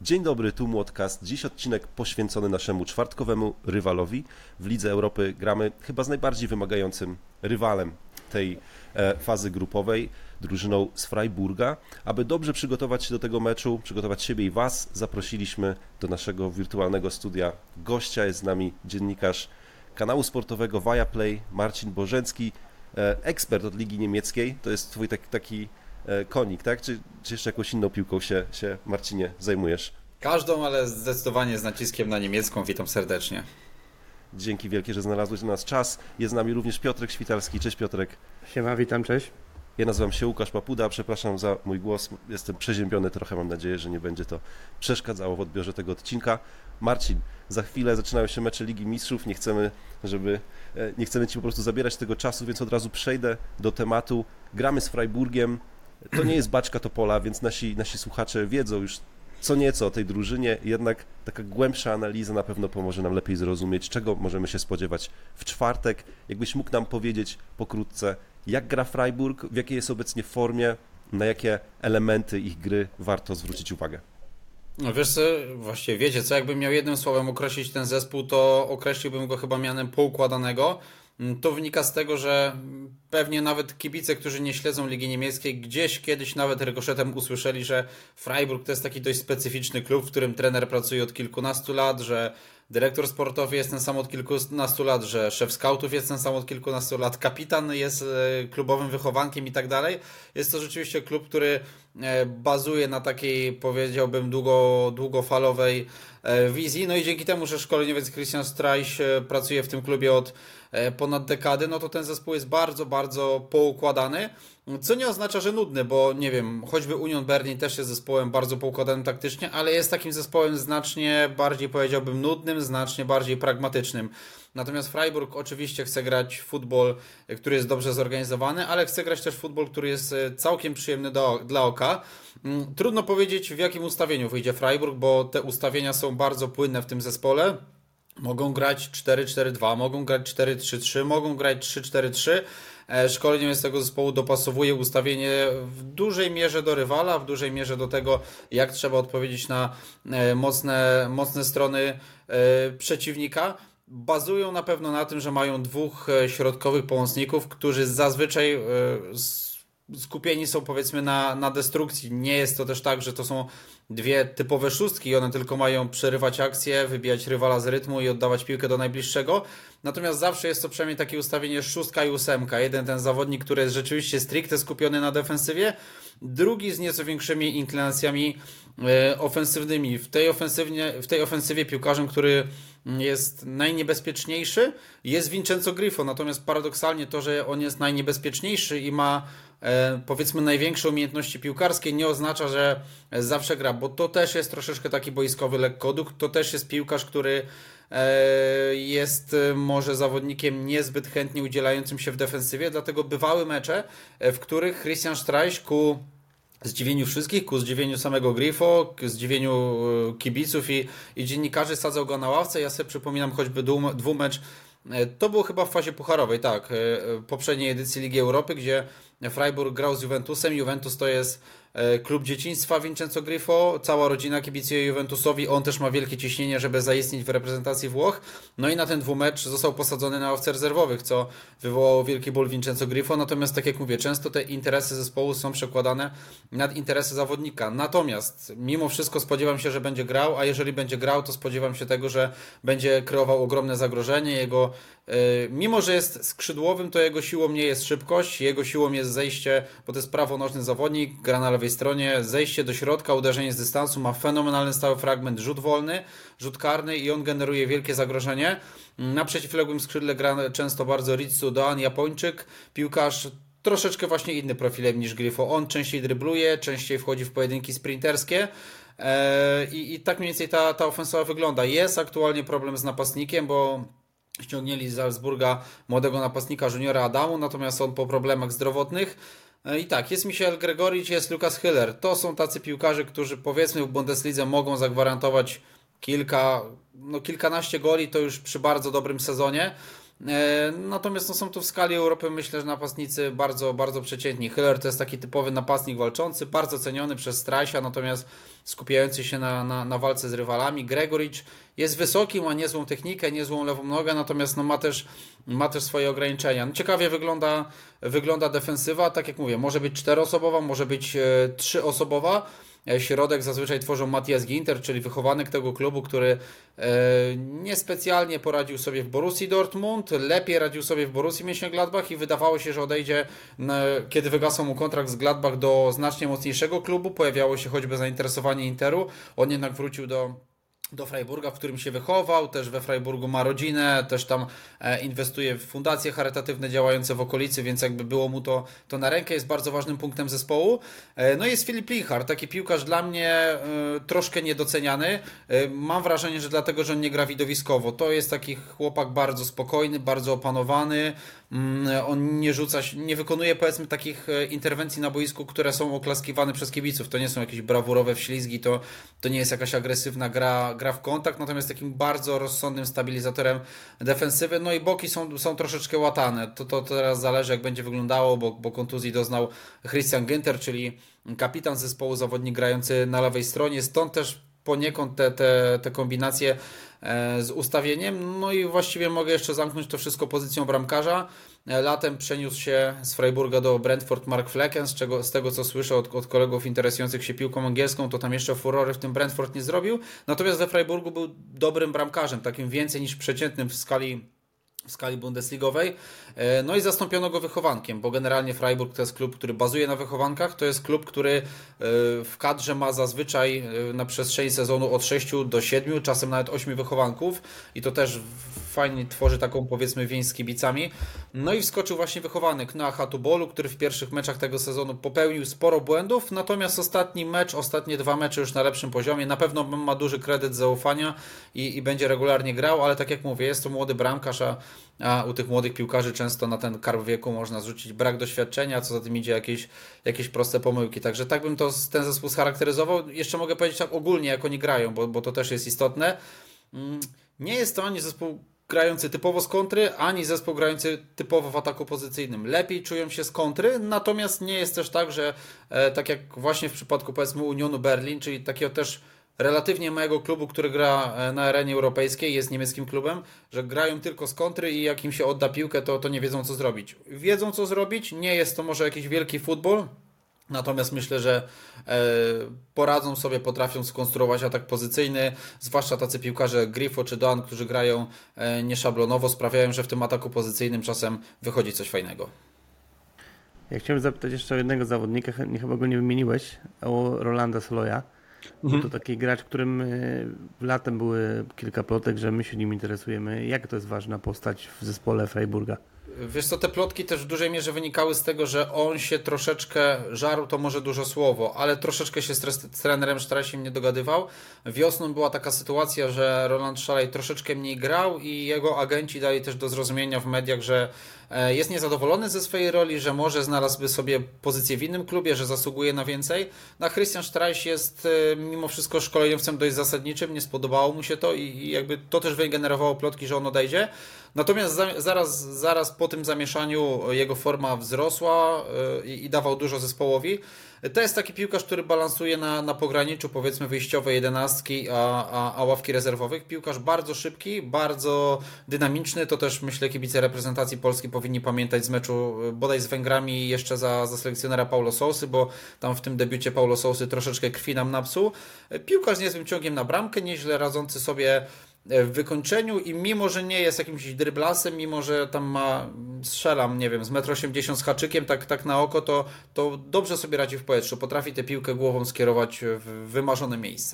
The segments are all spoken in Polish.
Dzień dobry, tu Młodcast. Dziś odcinek poświęcony naszemu czwartkowemu rywalowi. W Lidze Europy gramy chyba z najbardziej wymagającym rywalem tej fazy grupowej, drużyną z Freiburga. Aby dobrze przygotować się do tego meczu, przygotować siebie i Was, zaprosiliśmy do naszego wirtualnego studia gościa. Jest z nami dziennikarz kanału sportowego Viaplay, Marcin Bożencki, ekspert od Ligi Niemieckiej. To jest Twój taki konik, tak? Czy jeszcze jakąś inną piłką się, Marcinie, zajmujesz? Każdą, ale zdecydowanie z naciskiem na niemiecką. Witam serdecznie. Dzięki wielkie, że znalazłeś dla nas czas. Jest z nami również Piotrek Świtalski. Cześć Piotrek. Siema, witam, cześć. Ja nazywam się Łukasz Papuda, przepraszam za mój głos. Jestem przeziębiony trochę, mam nadzieję, że nie będzie to przeszkadzało w odbiorze tego odcinka. Marcin, za chwilę zaczynają się mecze Ligi Mistrzów. Nie chcemy Ci po prostu zabierać tego czasu, więc od razu przejdę do tematu. Gramy z Freiburgiem. To nie jest Baczka Topola, więc nasi słuchacze wiedzą już co nieco o tej drużynie, jednak taka głębsza analiza na pewno pomoże nam lepiej zrozumieć, czego możemy się spodziewać w czwartek. Jakbyś mógł nam powiedzieć pokrótce, jak gra Freiburg, w jakiej jest obecnie formie, na jakie elementy ich gry warto zwrócić uwagę? No wiesz co, właściwie wiecie co, jakbym miał jednym słowem określić ten zespół, to określiłbym go chyba mianem poukładanego. To wynika z tego, że pewnie nawet kibice, którzy nie śledzą Ligi Niemieckiej, gdzieś kiedyś nawet rykoszetem usłyszeli, że Freiburg to jest taki dość specyficzny klub, w którym trener pracuje od kilkunastu lat, że dyrektor sportowy jest ten sam od kilkunastu lat, że szef scoutów jest ten sam od kilkunastu lat, kapitan jest klubowym wychowankiem i tak dalej. Jest to rzeczywiście klub, który bazuje na takiej, powiedziałbym, długofalowej wizji. No i dzięki temu, że szkoleniowiec Christian Streich pracuje w tym klubie od ponad dekady, no to ten zespół jest bardzo, bardzo poukładany, co nie oznacza, że nudny, bo nie wiem, choćby Union Berlin też jest zespołem bardzo poukładanym taktycznie, ale jest takim zespołem znacznie bardziej, powiedziałbym, nudnym, znacznie bardziej pragmatycznym. Natomiast Freiburg oczywiście chce grać futbol, który jest dobrze zorganizowany, ale chce grać też futbol, który jest całkiem przyjemny dla oka. Trudno powiedzieć, w jakim ustawieniu wyjdzie Freiburg, bo te ustawienia są bardzo płynne w tym zespole. Mogą grać 4-4-2, mogą grać 4-3-3, mogą grać 3-4-3. Szkoleniem z tego zespołu dopasowuje ustawienie w dużej mierze do rywala, w dużej mierze do tego, jak trzeba odpowiedzieć na mocne strony przeciwnika. Bazują na pewno na tym, że mają dwóch środkowych pomocników, którzy zazwyczaj skupieni są, powiedzmy, na destrukcji. Nie jest to też tak, że to są dwie typowe szóstki i one tylko mają przerywać akcję, wybijać rywala z rytmu i oddawać piłkę do najbliższego. Natomiast zawsze jest to przynajmniej takie ustawienie szóstka i ósemka. Jeden ten zawodnik, który jest rzeczywiście stricte skupiony na defensywie, drugi z nieco większymi inklinacjami ofensywnymi. W tej ofensywie piłkarzem, który jest najniebezpieczniejszy, jest Vincenzo Grifo. Natomiast paradoksalnie to, że on jest najniebezpieczniejszy i ma powiedzmy największe umiejętności piłkarskie, nie oznacza, że zawsze gra, bo to też jest troszeczkę taki boiskowy lekkoduch, to też jest piłkarz, który jest może zawodnikiem niezbyt chętnie udzielającym się w defensywie, dlatego bywały mecze, w których Christian Streich ku zdziwieniu wszystkich, ku zdziwieniu samego Grifo, ku zdziwieniu kibiców i dziennikarzy sadzał go na ławce. Ja sobie przypominam choćby dwumecz, to było chyba w fazie pucharowej, tak, poprzedniej edycji Ligi Europy, gdzie Freiburg grał z Juventusem. Juventus to jest klub dzieciństwa Vincenzo Grifo, cała rodzina kibicuje Juventusowi, on też ma wielkie ciśnienie, żeby zaistnieć w reprezentacji Włoch, no i na ten dwumecz został posadzony na ławce rezerwowych, co wywołało wielki ból Vincenzo Grifo, natomiast tak jak mówię, często te interesy zespołu są przekładane nad interesy zawodnika, natomiast mimo wszystko spodziewam się, że będzie grał, a jeżeli będzie grał, to spodziewam się tego, że będzie kreował ogromne zagrożenie, mimo że jest skrzydłowym, to jego siłą nie jest szybkość, jego siłą jest zejście, bo to jest prawonożny zawodnik, gra na lewej stronie, zejście do środka, uderzenie z dystansu, ma fenomenalny stały fragment, rzut wolny, rzut karny i on generuje wielkie zagrożenie. Na przeciwległym skrzydle gra często bardzo Ritsu Doan, Japończyk, piłkarz troszeczkę właśnie inny profilem niż Grifo. On częściej drybluje, częściej wchodzi w pojedynki sprinterskie. I tak mniej więcej ta ofensywa wygląda. Jest aktualnie problem z napastnikiem, bo ściągnęli z Salzburga młodego napastnika juniora Adamu, natomiast on po problemach zdrowotnych. I tak, jest Michael Gregoricz, jest Lukas Hiller. To są tacy piłkarze, którzy powiedzmy w Bundeslidze mogą zagwarantować kilkanaście goli, to już przy bardzo dobrym sezonie. Natomiast są tu w skali Europy, myślę, że napastnicy bardzo, bardzo przeciętni. Hiller to jest taki typowy napastnik walczący, bardzo ceniony przez Strajsia, natomiast skupiający się na walce z rywalami. Gregoricz jest wysoki, ma niezłą technikę, niezłą lewą nogę, natomiast ma też swoje ograniczenia. Ciekawie wygląda defensywa, tak jak mówię, może być 4-osobowa, może być 3-osobowa. Środek zazwyczaj tworzą Matthias Ginter, czyli wychowanek tego klubu, który niespecjalnie poradził sobie w Borussii Dortmund, lepiej radził sobie w Borussii Mönchengladbach i wydawało się, że odejdzie, kiedy wygasał mu kontrakt z Gladbach, do znacznie mocniejszego klubu. Pojawiało się choćby zainteresowanie Interu. On jednak wrócił do Freiburga, w którym się wychował, też we Freiburgu ma rodzinę, też tam inwestuje w fundacje charytatywne działające w okolicy, więc jakby było mu to na rękę, jest bardzo ważnym punktem zespołu. No i jest Filip Lichar, taki piłkarz dla mnie troszkę niedoceniany. Mam wrażenie, że dlatego, że on nie gra widowiskowo. To jest taki chłopak bardzo spokojny, bardzo opanowany. On nie rzuca, nie wykonuje powiedzmy takich interwencji na boisku, które są oklaskiwane przez kibiców. To nie są jakieś brawurowe wślizgi, to nie jest jakaś agresywna gra w kontakt, natomiast takim bardzo rozsądnym stabilizatorem defensywy. No i boki są troszeczkę łatane. To teraz zależy, jak będzie wyglądało, bo kontuzji doznał Christian Ginter, czyli kapitan zespołu, zawodnik grający na lewej stronie. Stąd też poniekąd te kombinacje z ustawieniem. No i właściwie mogę jeszcze zamknąć to wszystko pozycją bramkarza. Latem przeniósł się z Freiburga do Brentford Mark Flecken, z tego co słyszę od kolegów interesujących się piłką angielską, to tam jeszcze furory w tym Brentford nie zrobił. Natomiast we Freiburgu był dobrym bramkarzem, takim więcej niż przeciętnym w skali bundesligowej. No i zastąpiono go wychowankiem, bo generalnie Freiburg to jest klub, który bazuje na wychowankach, to jest klub, który w kadrze ma zazwyczaj na przestrzeni sezonu od 6 do 7, czasem nawet 8 wychowanków i to też fajnie tworzy taką powiedzmy więź z kibicami. No i wskoczył właśnie wychowanek na Hatubolu, który w pierwszych meczach tego sezonu popełnił sporo błędów, natomiast ostatnie 2 mecze już na lepszym poziomie, na pewno ma duży kredyt zaufania i będzie regularnie grał, ale tak jak mówię, jest to młody bramkarz, a u tych młodych piłkarzy często na ten karb wieku można zrzucić brak doświadczenia, co za tym idzie jakieś proste pomyłki. Także tak bym ten zespół scharakteryzował. Jeszcze mogę powiedzieć tak ogólnie, jak oni grają, bo to też jest istotne. Nie jest to ani zespół grający typowo z kontry, ani zespół grający typowo w ataku pozycyjnym. Lepiej czują się z kontry, natomiast nie jest też tak, że tak jak właśnie w przypadku powiedzmy Unionu Berlin, czyli takiego też relatywnie małego klubu, który gra na arenie europejskiej, jest niemieckim klubem, że grają tylko z kontry i jak im się odda piłkę, to nie wiedzą co zrobić. Wiedzą co zrobić, nie jest to może jakiś wielki futbol, natomiast myślę, że poradzą sobie, potrafią skonstruować atak pozycyjny, zwłaszcza tacy piłkarze jak Grifo czy Doan, którzy grają nieszablonowo, sprawiają, że w tym ataku pozycyjnym czasem wychodzi coś fajnego. Ja chciałem zapytać jeszcze o jednego zawodnika, chyba go nie wymieniłeś, o Rolanda Soloja. To taki gracz, którym latem były kilka plotek, że my się nim interesujemy. Jak to jest ważna postać w zespole Freiburga? Wiesz co, te plotki też w dużej mierze wynikały z tego, że on się troszeczkę żarł, to może dużo słowo, ale troszeczkę się z trenerem Strassiem nie dogadywał. Wiosną była taka sytuacja, że Roland Szalej troszeczkę mniej grał i jego agenci dali też do zrozumienia w mediach, że jest niezadowolony ze swojej roli, że może znalazłby sobie pozycję w innym klubie, że zasługuje na więcej. No, Christian Streich jest mimo wszystko szkoleniowcem dość zasadniczym, nie spodobało mu się to i jakby to też wygenerowało plotki, że on odejdzie. Natomiast zaraz po tym zamieszaniu jego forma wzrosła i dawał dużo zespołowi. To jest taki piłkarz, który balansuje na pograniczu powiedzmy wyjściowej 11, a ławki rezerwowych. Piłkarz bardzo szybki, bardzo dynamiczny. To też myślę kibice reprezentacji Polski powinni pamiętać z meczu bodaj z Węgrami jeszcze za selekcjonera Paulo Sousy, bo tam w tym debiucie Paulo Sousy troszeczkę krwi nam napsuł. Piłkarz z niezłym ciągiem na bramkę, nieźle radzący sobie w wykończeniu i mimo, że nie jest jakimś dryblasem, mimo, że tam strzelam, nie wiem, z 1,80 m z haczykiem, tak na oko, to dobrze sobie radzi w powietrzu. Potrafi tę piłkę głową skierować w wymarzone miejsce.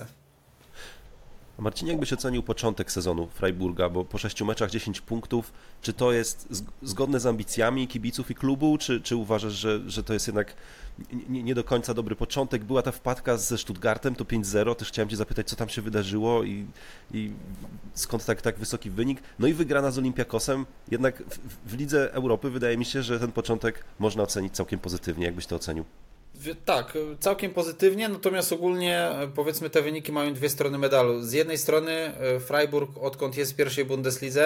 A Marcin, jakbyś ocenił początek sezonu Freiburga, bo po 6 meczach 10 punktów, czy to jest zgodne z ambicjami kibiców i klubu, czy uważasz, że to jest jednak nie do końca dobry początek? Była ta wpadka ze Stuttgartem, to 5-0, też chciałem Cię zapytać, co tam się wydarzyło i skąd tak wysoki wynik? No i wygrana z Olympiakosem, jednak w Lidze Europy wydaje mi się, że ten początek można ocenić całkiem pozytywnie. Jakbyś to ocenił? Tak, całkiem pozytywnie, natomiast ogólnie powiedzmy te wyniki mają dwie strony medalu. Z jednej strony Freiburg, odkąd jest w pierwszej Bundeslidze,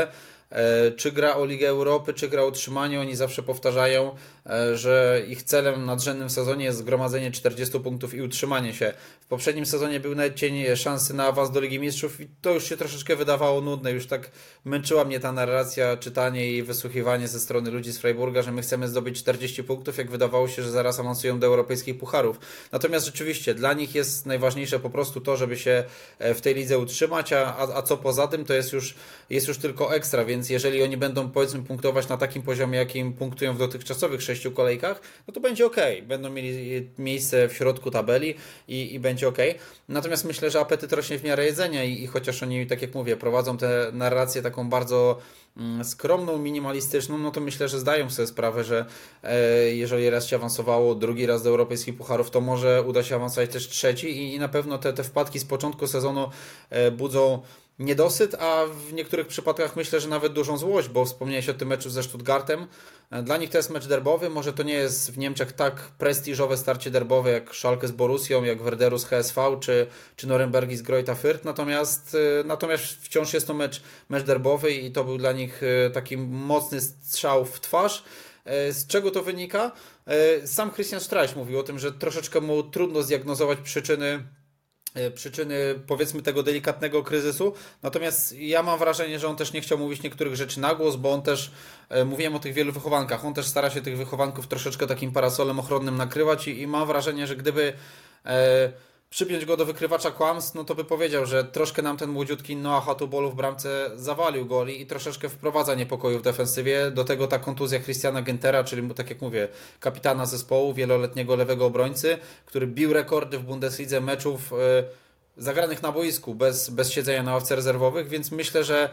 czy gra o Ligę Europy, czy gra o utrzymanie. Oni zawsze powtarzają, że ich celem w nadrzędnym sezonie jest zgromadzenie 40 punktów i utrzymanie się. W poprzednim sezonie był nawet cień szansy na awans do Ligi Mistrzów i to już się troszeczkę wydawało nudne. Już tak męczyła mnie ta narracja, czytanie i wysłuchiwanie ze strony ludzi z Freiburga, że my chcemy zdobyć 40 punktów, jak wydawało się, że zaraz awansują do europejskich pucharów. Natomiast rzeczywiście dla nich jest najważniejsze po prostu to, żeby się w tej lidze utrzymać, a co poza tym to jest już tylko ekstra, więc jeżeli oni będą, powiedzmy, punktować na takim poziomie, jakim punktują w dotychczasowych 6 kolejkach, no to będzie ok. Będą mieli miejsce w środku tabeli i będzie ok. Natomiast myślę, że apetyt rośnie w miarę jedzenia i chociaż oni, tak jak mówię, prowadzą tę narrację taką bardzo skromną, minimalistyczną, no to myślę, że zdają sobie sprawę, że jeżeli raz się awansowało, drugi raz do europejskich pucharów, to może uda się awansować też trzeci i na pewno te wpadki z początku sezonu budzą niedosyt, a w niektórych przypadkach myślę, że nawet dużą złość, bo wspomniałeś o tym meczu ze Stuttgartem. Dla nich to jest mecz derbowy, może to nie jest w Niemczech tak prestiżowe starcie derbowe jak Schalke z Borussią, jak Werderu z HSV, czy Norymbergi z Greuther Fürth, natomiast wciąż jest to mecz derbowy i to był dla nich taki mocny strzał w twarz. Z czego to wynika? Sam Christian Streich mówił o tym, że troszeczkę mu trudno zdiagnozować przyczyny, powiedzmy, tego delikatnego kryzysu, natomiast ja mam wrażenie, że on też nie chciał mówić niektórych rzeczy na głos, bo on też, mówiłem o tych wielu wychowankach, on też stara się tych wychowanków troszeczkę takim parasolem ochronnym nakrywać i mam wrażenie, że gdyby przypiąć go do wykrywacza kłamstw, no to by powiedział, że troszkę nam ten młodziutki Noah Hatubolu w bramce zawalił goli i troszeczkę wprowadza niepokoju w defensywie. Do tego ta kontuzja Christiana Güntera, czyli, tak jak mówię, kapitana zespołu, wieloletniego lewego obrońcy, który bił rekordy w Bundeslidze meczów zagranych na boisku, bez siedzenia na ławce rezerwowych, więc myślę, że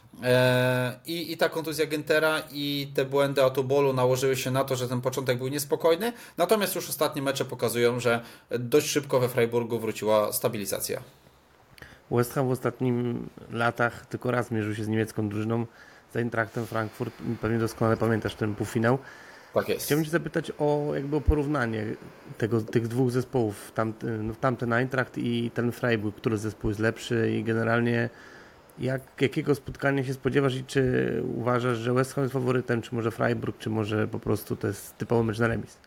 i ta kontuzja Güntera i te błędy Atubolu nałożyły się na to, że ten początek był niespokojny, natomiast już ostatnie mecze pokazują, że dość szybko we Freiburgu wróciła stabilizacja. West Ham w ostatnim latach tylko raz mierzył się z niemiecką drużyną, z Eintrachtem Frankfurt. Pewnie doskonale pamiętasz ten półfinał. Tak jest. Chciałbym Cię zapytać o porównanie tych dwóch zespołów, tamten Eintracht i ten Freiburg, który zespół jest lepszy i generalnie jakiego spotkania się spodziewasz i czy uważasz, że West Ham jest faworytem, czy może Freiburg, czy może po prostu to jest typowy mecz na remis?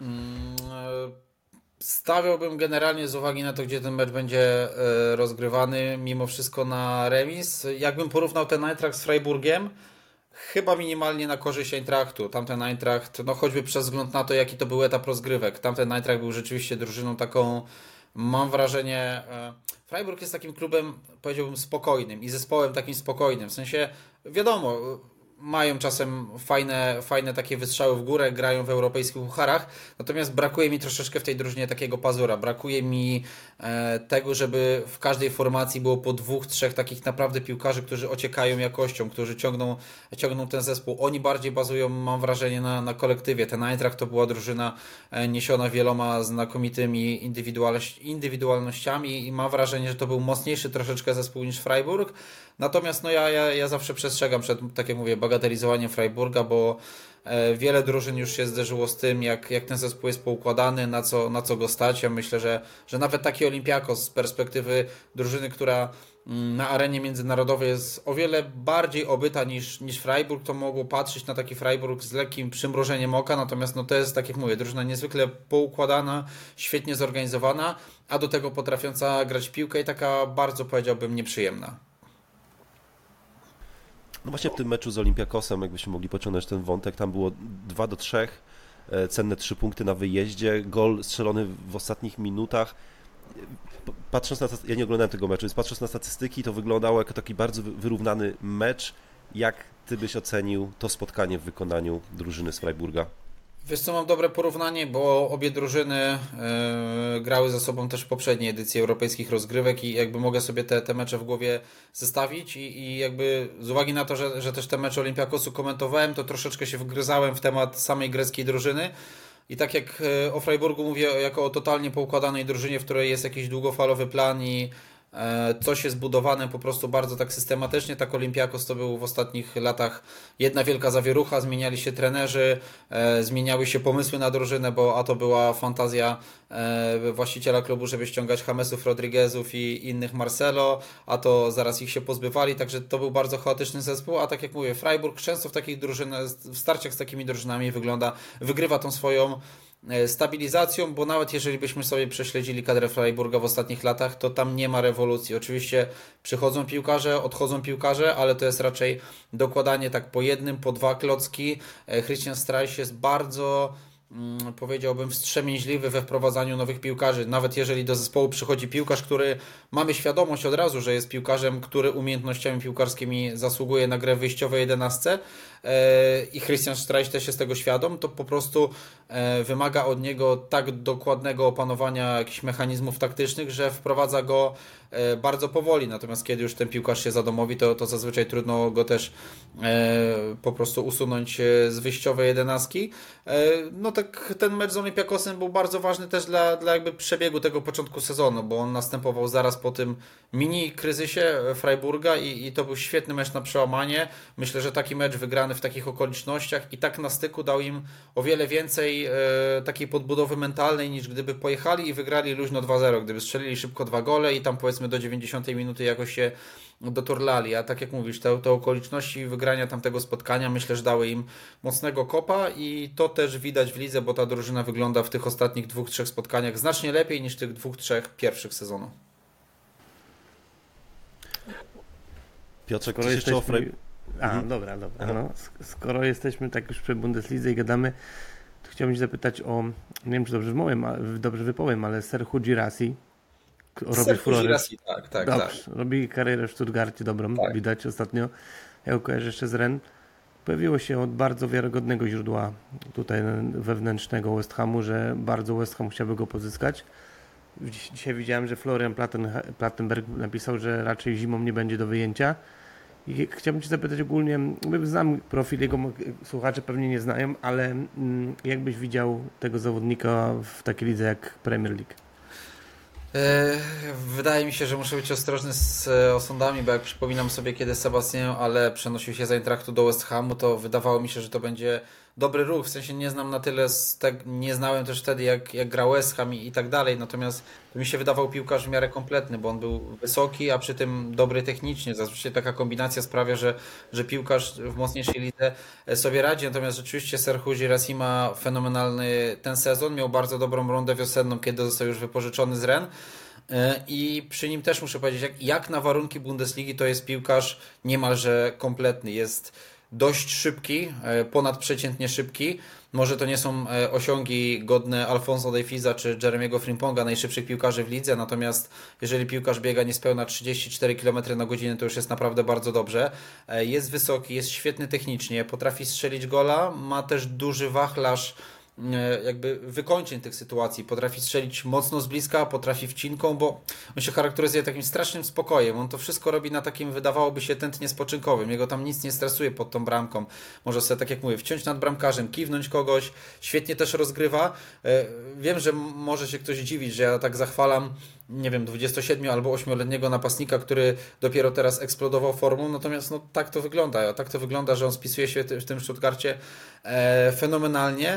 Stawiałbym generalnie z uwagi na to, gdzie ten mecz będzie rozgrywany, mimo wszystko na remis. Jakbym porównał ten Eintracht z Freiburgiem, chyba minimalnie na korzyść Eintrachtu. Tamten Eintracht, no choćby przez wzgląd na to, jaki to był etap rozgrywek. Tamten Eintracht był rzeczywiście drużyną taką, mam wrażenie, Freiburg jest takim klubem, powiedziałbym, spokojnym i zespołem takim spokojnym. W sensie, wiadomo, mają czasem fajne takie wystrzały w górę, grają w europejskich pucharach, natomiast brakuje mi troszeczkę w tej drużynie takiego pazura. Brakuje mi tego, żeby w każdej formacji było po 2-3 takich naprawdę piłkarzy, którzy ociekają jakością, którzy ciągną ten zespół. Oni bardziej bazują, mam wrażenie, na kolektywie. Ten Eintracht to była drużyna niesiona wieloma znakomitymi indywidualnościami i mam wrażenie, że to był mocniejszy troszeczkę zespół niż Freiburg. Natomiast no ja zawsze przestrzegam przed, tak jak mówię, bagatelizowaniem Freiburga, bo wiele drużyn już się zderzyło z tym, jak ten zespół jest poukładany, na co go stać. Ja myślę, że nawet taki Olympiakos z perspektywy drużyny, która na arenie międzynarodowej jest o wiele bardziej obyta niż Freiburg, to mogło patrzeć na taki Freiburg z lekkim przymrużeniem oka, natomiast no to jest, tak jak mówię, drużyna niezwykle poukładana, świetnie zorganizowana, a do tego potrafiąca grać w piłkę i taka bardzo, powiedziałbym, nieprzyjemna. No właśnie w tym meczu z Olympiakosem, jakbyśmy mogli pociągnąć ten wątek, tam było 2-3, cenne 3 punkty na wyjeździe, gol strzelony w ostatnich minutach. Patrząc na, ja nie oglądałem tego meczu, więc patrząc na statystyki, to wyglądało jako taki bardzo wyrównany mecz. Jak ty byś ocenił to spotkanie w wykonaniu drużyny z Freiburga? Wiesz co, mam dobre porównanie, bo obie drużyny grały ze sobą też w poprzedniej edycji europejskich rozgrywek i jakby mogę sobie te mecze w głowie zestawić i jakby z uwagi na to, że też te mecze Olympiakosu komentowałem, to troszeczkę się wgryzałem w temat samej greckiej drużyny. I tak jak o Freiburgu mówię jako o totalnie poukładanej drużynie, w której jest jakiś długofalowy plan i coś jest budowane po prostu bardzo tak systematycznie. Tak Olympiakos to był w ostatnich latach jedna wielka zawierucha, zmieniali się trenerzy, zmieniały się pomysły na drużynę, bo a to była fantazja właściciela klubu, żeby ściągać Jamesów, Rodriguezów i innych Marcelo, a to zaraz ich się pozbywali, także to był bardzo chaotyczny zespół, a tak jak mówię, Freiburg często w takich w starciach z takimi drużynami wygrywa tą swoją stabilizacją, bo nawet jeżeli byśmy sobie prześledzili kadrę Freiburga w ostatnich latach, to tam nie ma rewolucji. Oczywiście przychodzą piłkarze, odchodzą piłkarze, ale to jest raczej dokładanie tak po jednym, po dwa klocki. Christian Streich jest bardzo, powiedziałbym, wstrzemięźliwy we wprowadzaniu nowych piłkarzy. Nawet jeżeli do zespołu przychodzi piłkarz, który mamy świadomość od razu, że jest piłkarzem, który umiejętnościami piłkarskimi zasługuje na grę w wyjściowej 11 i Christian Streich też jest tego świadom, to po prostu wymaga od niego tak dokładnego opanowania jakichś mechanizmów taktycznych, że wprowadza go bardzo powoli. Natomiast kiedy już ten piłkarz się zadomowi, to zazwyczaj trudno go też po prostu usunąć z wyjściowej 11. No tak ten mecz z Olympiakosem był bardzo ważny też dla jakby przebiegu tego początku sezonu, bo on następował zaraz po tym mini kryzysie Freiburga i to był świetny mecz na przełamanie. Myślę, że taki mecz wygrany w takich okolicznościach i tak na styku dał im o wiele więcej takiej podbudowy mentalnej, niż gdyby pojechali i wygrali luźno 2-0, gdyby strzelili szybko 2 gole i tam powiedzmy do 90 minuty jakoś się doturlali, a tak jak mówisz, te okoliczności wygrania tamtego spotkania myślę, że dały im mocnego kopa i to też widać w lidze, bo ta drużyna wygląda w tych ostatnich 2-3 spotkaniach znacznie lepiej niż tych 2-3 pierwszych sezonu. Piotrek, coś jeszcze o Freiburgu? Dobra. No, skoro jesteśmy tak już przy Bundeslidze i gadamy, to chciałbym się zapytać o, nie wiem czy dobrze wypowiem, ale Serhou Girassi robi furorę. Tak. Robi karierę w Stuttgarcie dobrą, tak. Widać ostatnio. Ja go kojarzę jeszcze z Rennes. Pojawiło się od bardzo wiarygodnego źródła tutaj wewnętrznego West Hamu, że bardzo West Ham chciałby go pozyskać. Dzisiaj widziałem, że Florian Plettenberg napisał, że raczej zimą nie będzie do wyjęcia. I chciałbym Cię zapytać ogólnie, znam profil jego, słuchacze pewnie nie znają, ale jak byś widział tego zawodnika w takiej lidze jak Premier League? Wydaje mi się, że muszę być ostrożny z osądami, bo jak przypominam sobie, kiedy Sebastian Ale przenosił się z Eintrachtu do West Hamu, to wydawało mi się, że to będzie dobry ruch, w sensie nie znam na tyle, nie znałem też wtedy jak grał West Ham i tak dalej, natomiast mi się wydawał piłkarz w miarę kompletny, bo on był wysoki, a przy tym dobry technicznie. Zazwyczaj taka kombinacja sprawia, że piłkarz w mocniejszej lidze sobie radzi, natomiast rzeczywiście Serhou Girassi ma fenomenalny ten sezon, miał bardzo dobrą rundę wiosenną, kiedy został już wypożyczony z Rennes. I przy nim też muszę powiedzieć, jak na warunki Bundesligi to jest piłkarz niemalże kompletny, jest dość szybki, ponadprzeciętnie szybki. Może to nie są osiągi godne Alfonso Daviesa czy Jeremiego Frimponga, najszybszych piłkarzy w lidze, natomiast jeżeli piłkarz biega niespełna 34 km/h, to już jest naprawdę bardzo dobrze. Jest wysoki, jest świetny technicznie, potrafi strzelić gola, ma też duży wachlarz jakby wykończeń tych sytuacji. Potrafi strzelić mocno z bliska, potrafi wcinką, bo on się charakteryzuje takim strasznym spokojem. On to wszystko robi na takim, wydawałoby się, tętnie spoczynkowym. Jego tam nic nie stresuje pod tą bramką. Może sobie, tak jak mówię, wciąć nad bramkarzem, kiwnąć kogoś. Świetnie też rozgrywa. Wiem, że może się ktoś dziwić, że ja tak zachwalam, nie wiem, 27 albo 8-letniego napastnika, który dopiero teraz eksplodował formą, natomiast no, tak to wygląda. Tak to wygląda, że on spisuje się w tym Stuttgarcie fenomenalnie.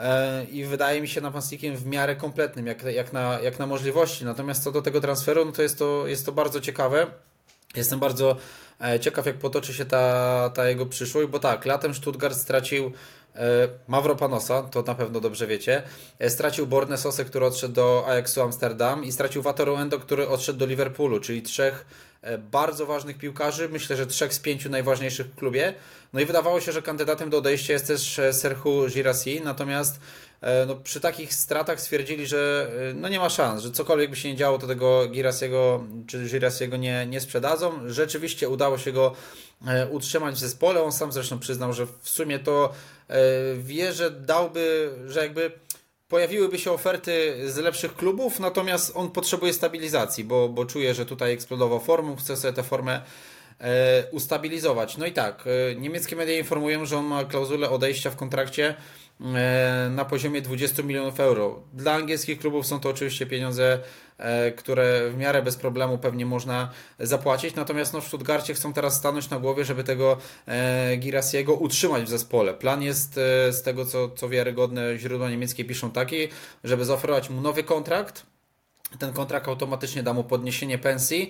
I wydaje mi się napastnikiem w miarę kompletnym, jak na możliwości. Natomiast co do tego transferu, no to jest to bardzo ciekawe. Jestem bardzo ciekaw, jak potoczy się ta jego przyszłość, bo tak, latem Stuttgart stracił Mavropanosa, to na pewno dobrze wiecie, stracił Borne Sosę, który odszedł do Ajaxu Amsterdam i stracił Wataru Endo, który odszedł do Liverpoolu, czyli 3 bardzo ważnych piłkarzy, myślę, że 3 z 5 najważniejszych w klubie. No i wydawało się, że kandydatem do odejścia jest też Serhou Girassi, natomiast no, przy takich stratach stwierdzili, że no nie ma szans, że cokolwiek by się nie działo, to tego Girassiego czy Girassiego nie sprzedadzą. Rzeczywiście udało się go utrzymać w zespole. On sam zresztą przyznał, że w sumie to wie, że że jakby pojawiłyby się oferty z lepszych klubów, natomiast on potrzebuje stabilizacji, bo czuje, że tutaj eksplodował formą, chce sobie tę formę ustabilizować. No i tak, niemieckie media informują, że on ma klauzulę odejścia w kontrakcie na poziomie 20 milionów euro. Dla angielskich klubów są to oczywiście pieniądze, które w miarę bez problemu pewnie można zapłacić, natomiast w Stuttgarcie chcą teraz stanąć na głowie, żeby tego Guirassiego utrzymać w zespole. Plan jest, z tego co wiarygodne źródła niemieckie piszą, taki, żeby zaoferować mu nowy kontrakt. Ten kontrakt automatycznie da mu podniesienie pensji,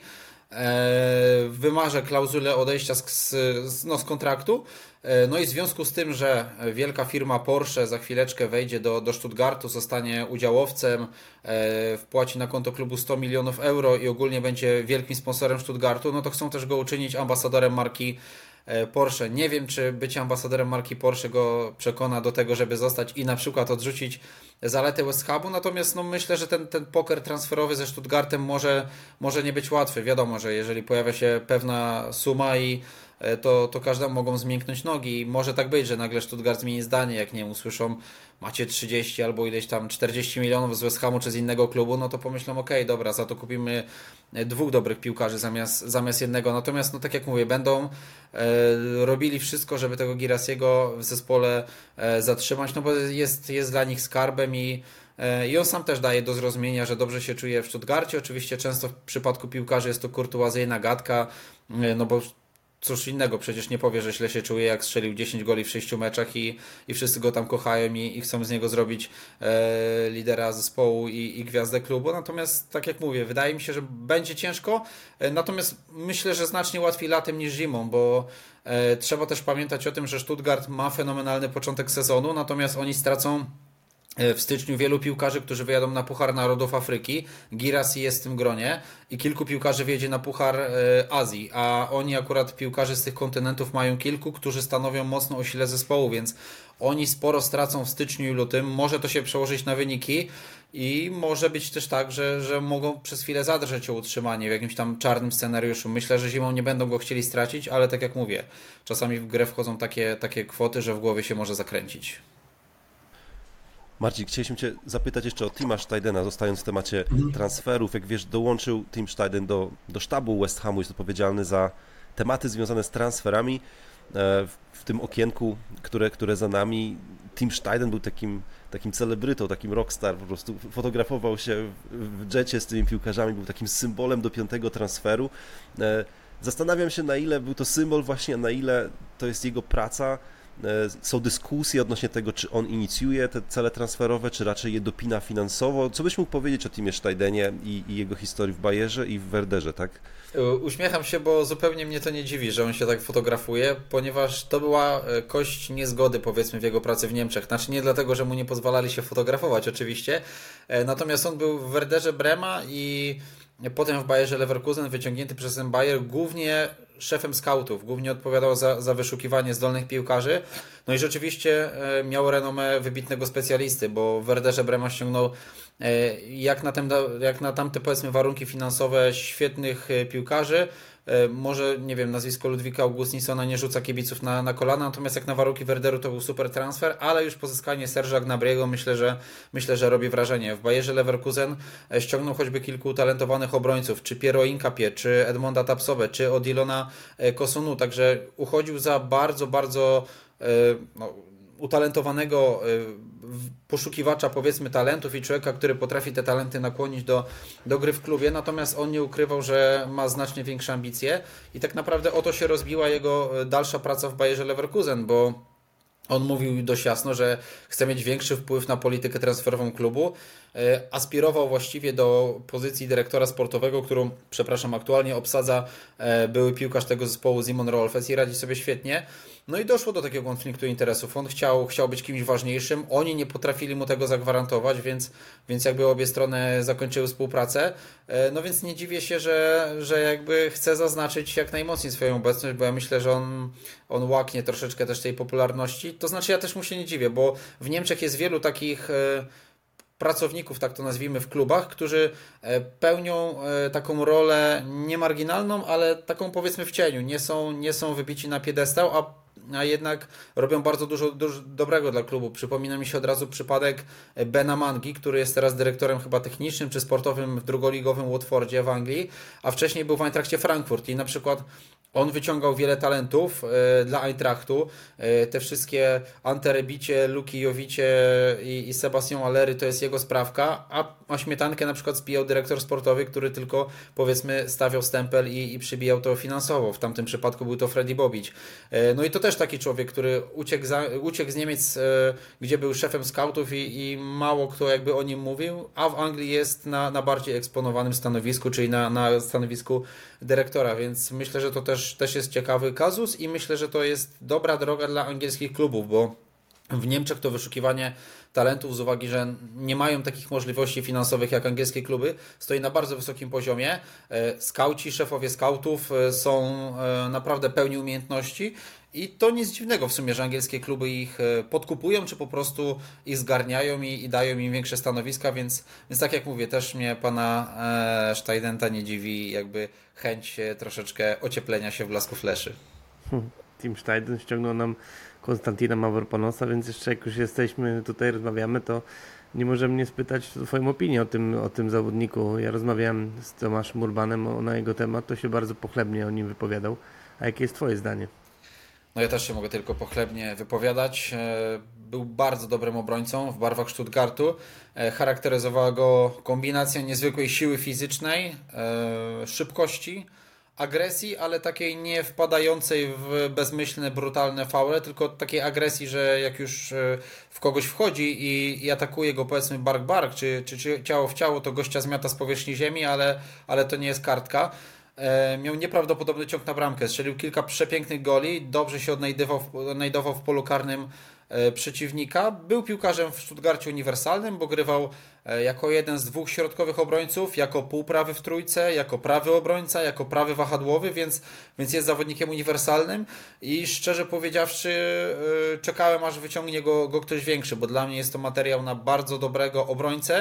wymarze klauzulę odejścia z kontraktu. No i w związku z tym, że wielka firma Porsche za chwileczkę wejdzie do Stuttgartu, zostanie udziałowcem, wpłaci na konto klubu 100 milionów euro i ogólnie będzie wielkim sponsorem Stuttgartu, no to chcą też go uczynić ambasadorem marki Porsche. Nie wiem, czy bycie ambasadorem marki Porsche go przekona do tego, żeby zostać i na przykład odrzucić zalety West Hamu, natomiast myślę, że ten poker transferowy ze Stuttgartem może nie być łatwy. Wiadomo, że jeżeli pojawia się pewna suma i to każdemu mogą zmięknąć nogi i może tak być, że nagle Stuttgart zmieni zdanie, jak nie wiem, usłyszą macie 30 albo ileś tam 40 milionów z West Hamu czy z innego klubu, no to pomyślą, okej, dobra, za to kupimy 2 dobrych piłkarzy zamiast jednego. Natomiast tak jak mówię, będą robili wszystko, żeby tego Guirassiego w zespole zatrzymać, bo jest dla nich skarbem i on sam też daje do zrozumienia, że dobrze się czuje w Stuttgarcie. Oczywiście często w przypadku piłkarzy jest to kurtuazyjna gadka, bo cóż innego, przecież nie powie, że źle się czuje, jak strzelił 10 goli w 6 meczach i wszyscy go tam kochają i chcą z niego zrobić lidera zespołu i gwiazdę klubu. Natomiast tak jak mówię, wydaje mi się, że będzie ciężko, natomiast myślę, że znacznie łatwiej latem niż zimą, bo trzeba też pamiętać o tym, że Stuttgart ma fenomenalny początek sezonu, natomiast oni stracą w styczniu wielu piłkarzy, którzy wyjadą na Puchar Narodów Afryki. Guirassy jest w tym gronie i kilku piłkarzy wjedzie na Puchar Azji, a oni akurat piłkarzy z tych kontynentów mają kilku, którzy stanowią mocno o sile zespołu, więc oni sporo stracą w styczniu i lutym. Może to się przełożyć na wyniki i może być też tak, że mogą przez chwilę zadrzeć o utrzymanie w jakimś tam czarnym scenariuszu. Myślę, że zimą nie będą go chcieli stracić, ale tak jak mówię, czasami w grę wchodzą takie kwoty, że w głowie się może zakręcić. Marcin, chcieliśmy Cię zapytać jeszcze o Tima Steidena, zostając w temacie transferów. Jak wiesz, dołączył Tim Steiden do sztabu West Hamu, jest odpowiedzialny za tematy związane z transferami. W tym okienku, które za nami, Tim Steiden był takim celebrytą, takim rockstar, po prostu fotografował się w dżecie z tymi piłkarzami, był takim symbolem do 5. transferu. Zastanawiam się, na ile był to symbol właśnie, a na ile to jest jego praca. Są dyskusje odnośnie tego, czy on inicjuje te cele transferowe, czy raczej je dopina finansowo. Co byś mógł powiedzieć o Timie Steidenie i jego historii w Bayerze i w Werderze, tak? Uśmiecham się, bo zupełnie mnie to nie dziwi, że on się tak fotografuje, ponieważ to była kość niezgody, powiedzmy, w jego pracy w Niemczech. Znaczy nie dlatego, że mu nie pozwalali się fotografować oczywiście, natomiast on był w Werderze Brema i potem w Bayerze Leverkusen, wyciągnięty przez ten Bayer, głównie szefem scoutów, głównie odpowiadał za wyszukiwanie zdolnych piłkarzy. No i rzeczywiście miał renomę wybitnego specjalisty, bo w Werderze Brema ściągnął jak na tamte, powiedzmy, warunki finansowe świetnych piłkarzy. Może, nie wiem, nazwisko Ludwika Augustinsona nie rzuca kibiców na kolana, natomiast jak na warunki Werderu to był super transfer, ale już pozyskanie Serge'a Gnabry'ego myślę, że robi wrażenie. W Bayerze Leverkusen ściągnął choćby kilku utalentowanych obrońców, czy Piero Inkapie, czy Edmonda Tapsobe, czy Odilona Kosunu, także uchodził za bardzo, bardzo utalentowanego poszukiwacza, powiedzmy, talentów i człowieka, który potrafi te talenty nakłonić do gry w klubie, natomiast on nie ukrywał, że ma znacznie większe ambicje i tak naprawdę o to się rozbiła jego dalsza praca w Bayerze Leverkusen, bo on mówił dość jasno, że chce mieć większy wpływ na politykę transferową klubu. Aspirował właściwie do pozycji dyrektora sportowego, którą, aktualnie obsadza były piłkarz tego zespołu Simon Rolfes i radzi sobie świetnie. No i doszło do takiego konfliktu interesów. On chciał być kimś ważniejszym, oni nie potrafili mu tego zagwarantować, więc jakby obie strony zakończyły współpracę. No więc nie dziwię się, że jakby chce zaznaczyć jak najmocniej swoją obecność, bo ja myślę, że on łaknie troszeczkę też tej popularności. To znaczy ja też mu się nie dziwię, bo w Niemczech jest wielu takich pracowników, tak to nazwijmy, w klubach, którzy pełnią taką rolę niemarginalną, ale taką, powiedzmy, w cieniu. Nie są wybici na piedestał, a jednak robią bardzo dużo dobrego dla klubu. Przypomina mi się od razu przypadek Bena Mangi, który jest teraz dyrektorem chyba technicznym czy sportowym w drugoligowym Watfordzie w Anglii, a wcześniej był w Eintrachcie Frankfurt i na przykład On wyciągał wiele talentów dla Eintrachtu. Te wszystkie Ante Rebicie, Luki Jowicie i Sebastian Allery to jest jego sprawka, a śmietankę na przykład zbijał dyrektor sportowy, który tylko powiedzmy stawiał stempel i przybijał to finansowo. W tamtym przypadku był to Freddy Bobic. No i to też taki człowiek, który uciekł z Niemiec, gdzie był szefem scoutów i mało kto jakby o nim mówił, a w Anglii jest na bardziej eksponowanym stanowisku, czyli na stanowisku dyrektora, więc myślę, że to też jest ciekawy kazus i myślę, że to jest dobra droga dla angielskich klubów, bo w Niemczech to wyszukiwanie talentów z uwagi, że nie mają takich możliwości finansowych jak angielskie kluby, stoi na bardzo wysokim poziomie. Skauci, szefowie skautów są naprawdę pełni umiejętności i to nic dziwnego w sumie, że angielskie kluby ich podkupują, czy po prostu ich zgarniają i dają im większe stanowiska, więc tak jak mówię, też mnie pana Steidenta nie dziwi jakby chęć troszeczkę ocieplenia się w blasku fleszy. Team Steiden ściągnął nam Konstantina Mavropanosa, więc jeszcze jak już jesteśmy tutaj, rozmawiamy, to nie możemy nie spytać o twoją opinię o tym zawodniku. Ja rozmawiałem z Tomaszem Urbanem na jego temat, to się bardzo pochlebnie o nim wypowiadał. A jakie jest twoje zdanie? No ja też się mogę tylko pochlebnie wypowiadać. Był bardzo dobrym obrońcą w barwach Stuttgartu. Charakteryzowała go kombinacja niezwykłej siły fizycznej, szybkości, agresji, ale takiej nie wpadającej w bezmyślne, brutalne faule, tylko takiej agresji, że jak już w kogoś wchodzi i atakuje go powiedzmy bark, czy ciało w ciało, to gościa zmiata z powierzchni ziemi, ale to nie jest kartka. Miał nieprawdopodobny ciąg na bramkę, strzelił kilka przepięknych goli, dobrze się odnajdował w polu karnym przeciwnika. Był piłkarzem w Stuttgarcie uniwersalnym, bo grywał jako jeden z dwóch środkowych obrońców, jako półprawy w trójce, jako prawy obrońca, jako prawy wahadłowy, więc jest zawodnikiem uniwersalnym i szczerze powiedziawszy czekałem, aż wyciągnie go ktoś większy, bo dla mnie jest to materiał na bardzo dobrego obrońcę.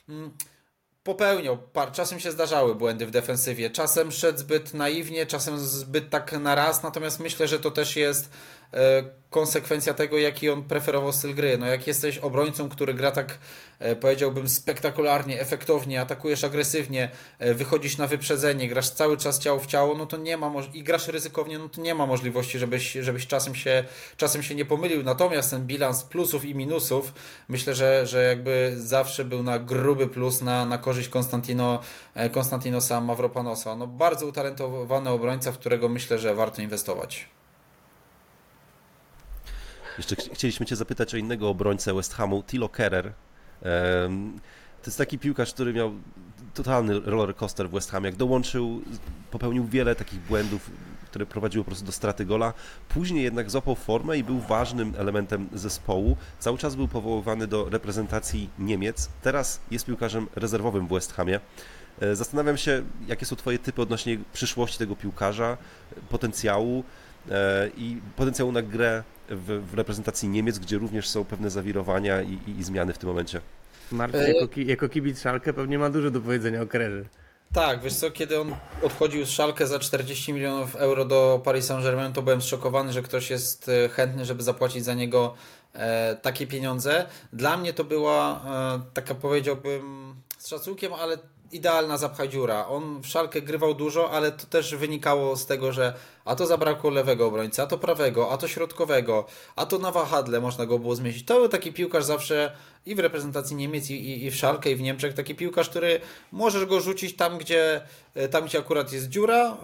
Popełniał, czasem się zdarzały błędy w defensywie, czasem szedł zbyt naiwnie, czasem zbyt tak na raz, natomiast myślę, że to też jest konsekwencja tego, jaki on preferował styl gry. No jak jesteś obrońcą, który gra tak, powiedziałbym, spektakularnie, efektownie, atakujesz agresywnie, wychodzisz na wyprzedzenie, grasz cały czas ciało w ciało, no to nie ma i grasz ryzykownie, no to nie ma możliwości, żebyś czasem się nie pomylił. Natomiast ten bilans plusów i minusów, myślę, że jakby zawsze był na gruby plus na korzyść Konstantinosa Mavropanosa. No bardzo utalentowany obrońca, w którego myślę, że warto inwestować. Jeszcze chcieliśmy Cię zapytać o innego obrońcę West Hamu, Thilo Kehrer. To jest taki piłkarz, który miał totalny rollercoaster w West Hamie. Jak dołączył, popełnił wiele takich błędów, które prowadziły po prostu do straty gola. Później jednak złapał formę i był ważnym elementem zespołu. Cały czas był powoływany do reprezentacji Niemiec. Teraz jest piłkarzem rezerwowym w West Hamie. Zastanawiam się, jakie są Twoje typy odnośnie przyszłości tego piłkarza, potencjału i potencjału na grę w reprezentacji Niemiec, gdzie również są pewne zawirowania i zmiany w tym momencie. Marcin, jako kibic Schalke pewnie ma dużo do powiedzenia o Kerrze. Tak, wiesz co, kiedy on odchodził z Schalke za 40 milionów euro do Paris Saint-Germain, to byłem zszokowany, że ktoś jest chętny, żeby zapłacić za niego takie pieniądze. Dla mnie to była taka, powiedziałbym, z szacunkiem, ale idealna zapcha dziura. On w Schalke grywał dużo, ale to też wynikało z tego, że a to zabrakło lewego obrońcy, a to prawego, a to środkowego, a to na wahadle można go było zmieścić. To był taki piłkarz zawsze i w reprezentacji Niemiec, i w Schalke, i w Niemczech. Taki piłkarz, który możesz go rzucić tam, gdzie akurat jest dziura.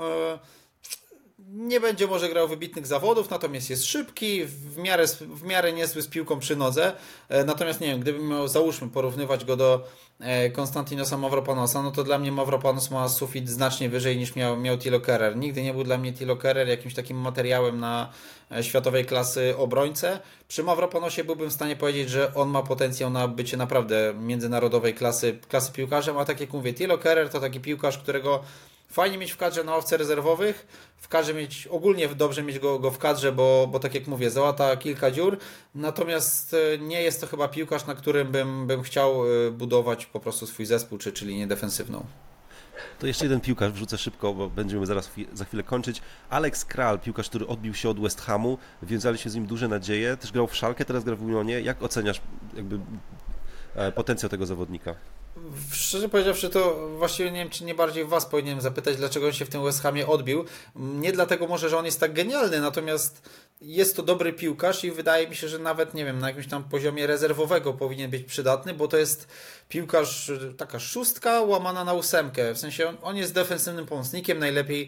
Nie będzie może grał wybitnych zawodów, natomiast jest szybki, w miarę niezły z piłką przy nodze. Natomiast nie wiem, gdybym miał, załóżmy, porównywać go do Konstantinosa Mavropanosa, no to dla mnie Mavropanos ma sufit znacznie wyżej niż miał Thilo Kehrer. Nigdy nie był dla mnie Thilo Kehrer jakimś takim materiałem na światowej klasy obrońcę. Przy Mavropanosie byłbym w stanie powiedzieć, że on ma potencjał na bycie naprawdę międzynarodowej klasy piłkarzem, a tak jak mówię, Thilo Kehrer to taki piłkarz, którego fajnie mieć w kadrze na ławce rezerwowych, ogólnie dobrze mieć go w kadrze, bo tak jak mówię, załata kilka dziur, natomiast nie jest to chyba piłkarz, na którym bym chciał budować po prostu swój zespół, czy linię defensywną. To jeszcze jeden piłkarz, wrzucę szybko, bo będziemy za chwilę kończyć. Alex Kral, piłkarz, który odbił się od West Hamu, wiązali się z nim duże nadzieje, też grał w Schalke, teraz gra w Unionie. Jak oceniasz jakby potencjał tego zawodnika? Szczerze powiedziawszy, to właściwie nie wiem, czy nie bardziej was powinienem zapytać, dlaczego on się w tym West Hamie odbił. Nie dlatego może, że on jest tak genialny, natomiast jest to dobry piłkarz i wydaje mi się, że nawet, nie wiem, na jakimś tam poziomie rezerwowego powinien być przydatny, bo to jest piłkarz, taka szóstka łamana na ósemkę. W sensie on jest defensywnym pomocnikiem, najlepiej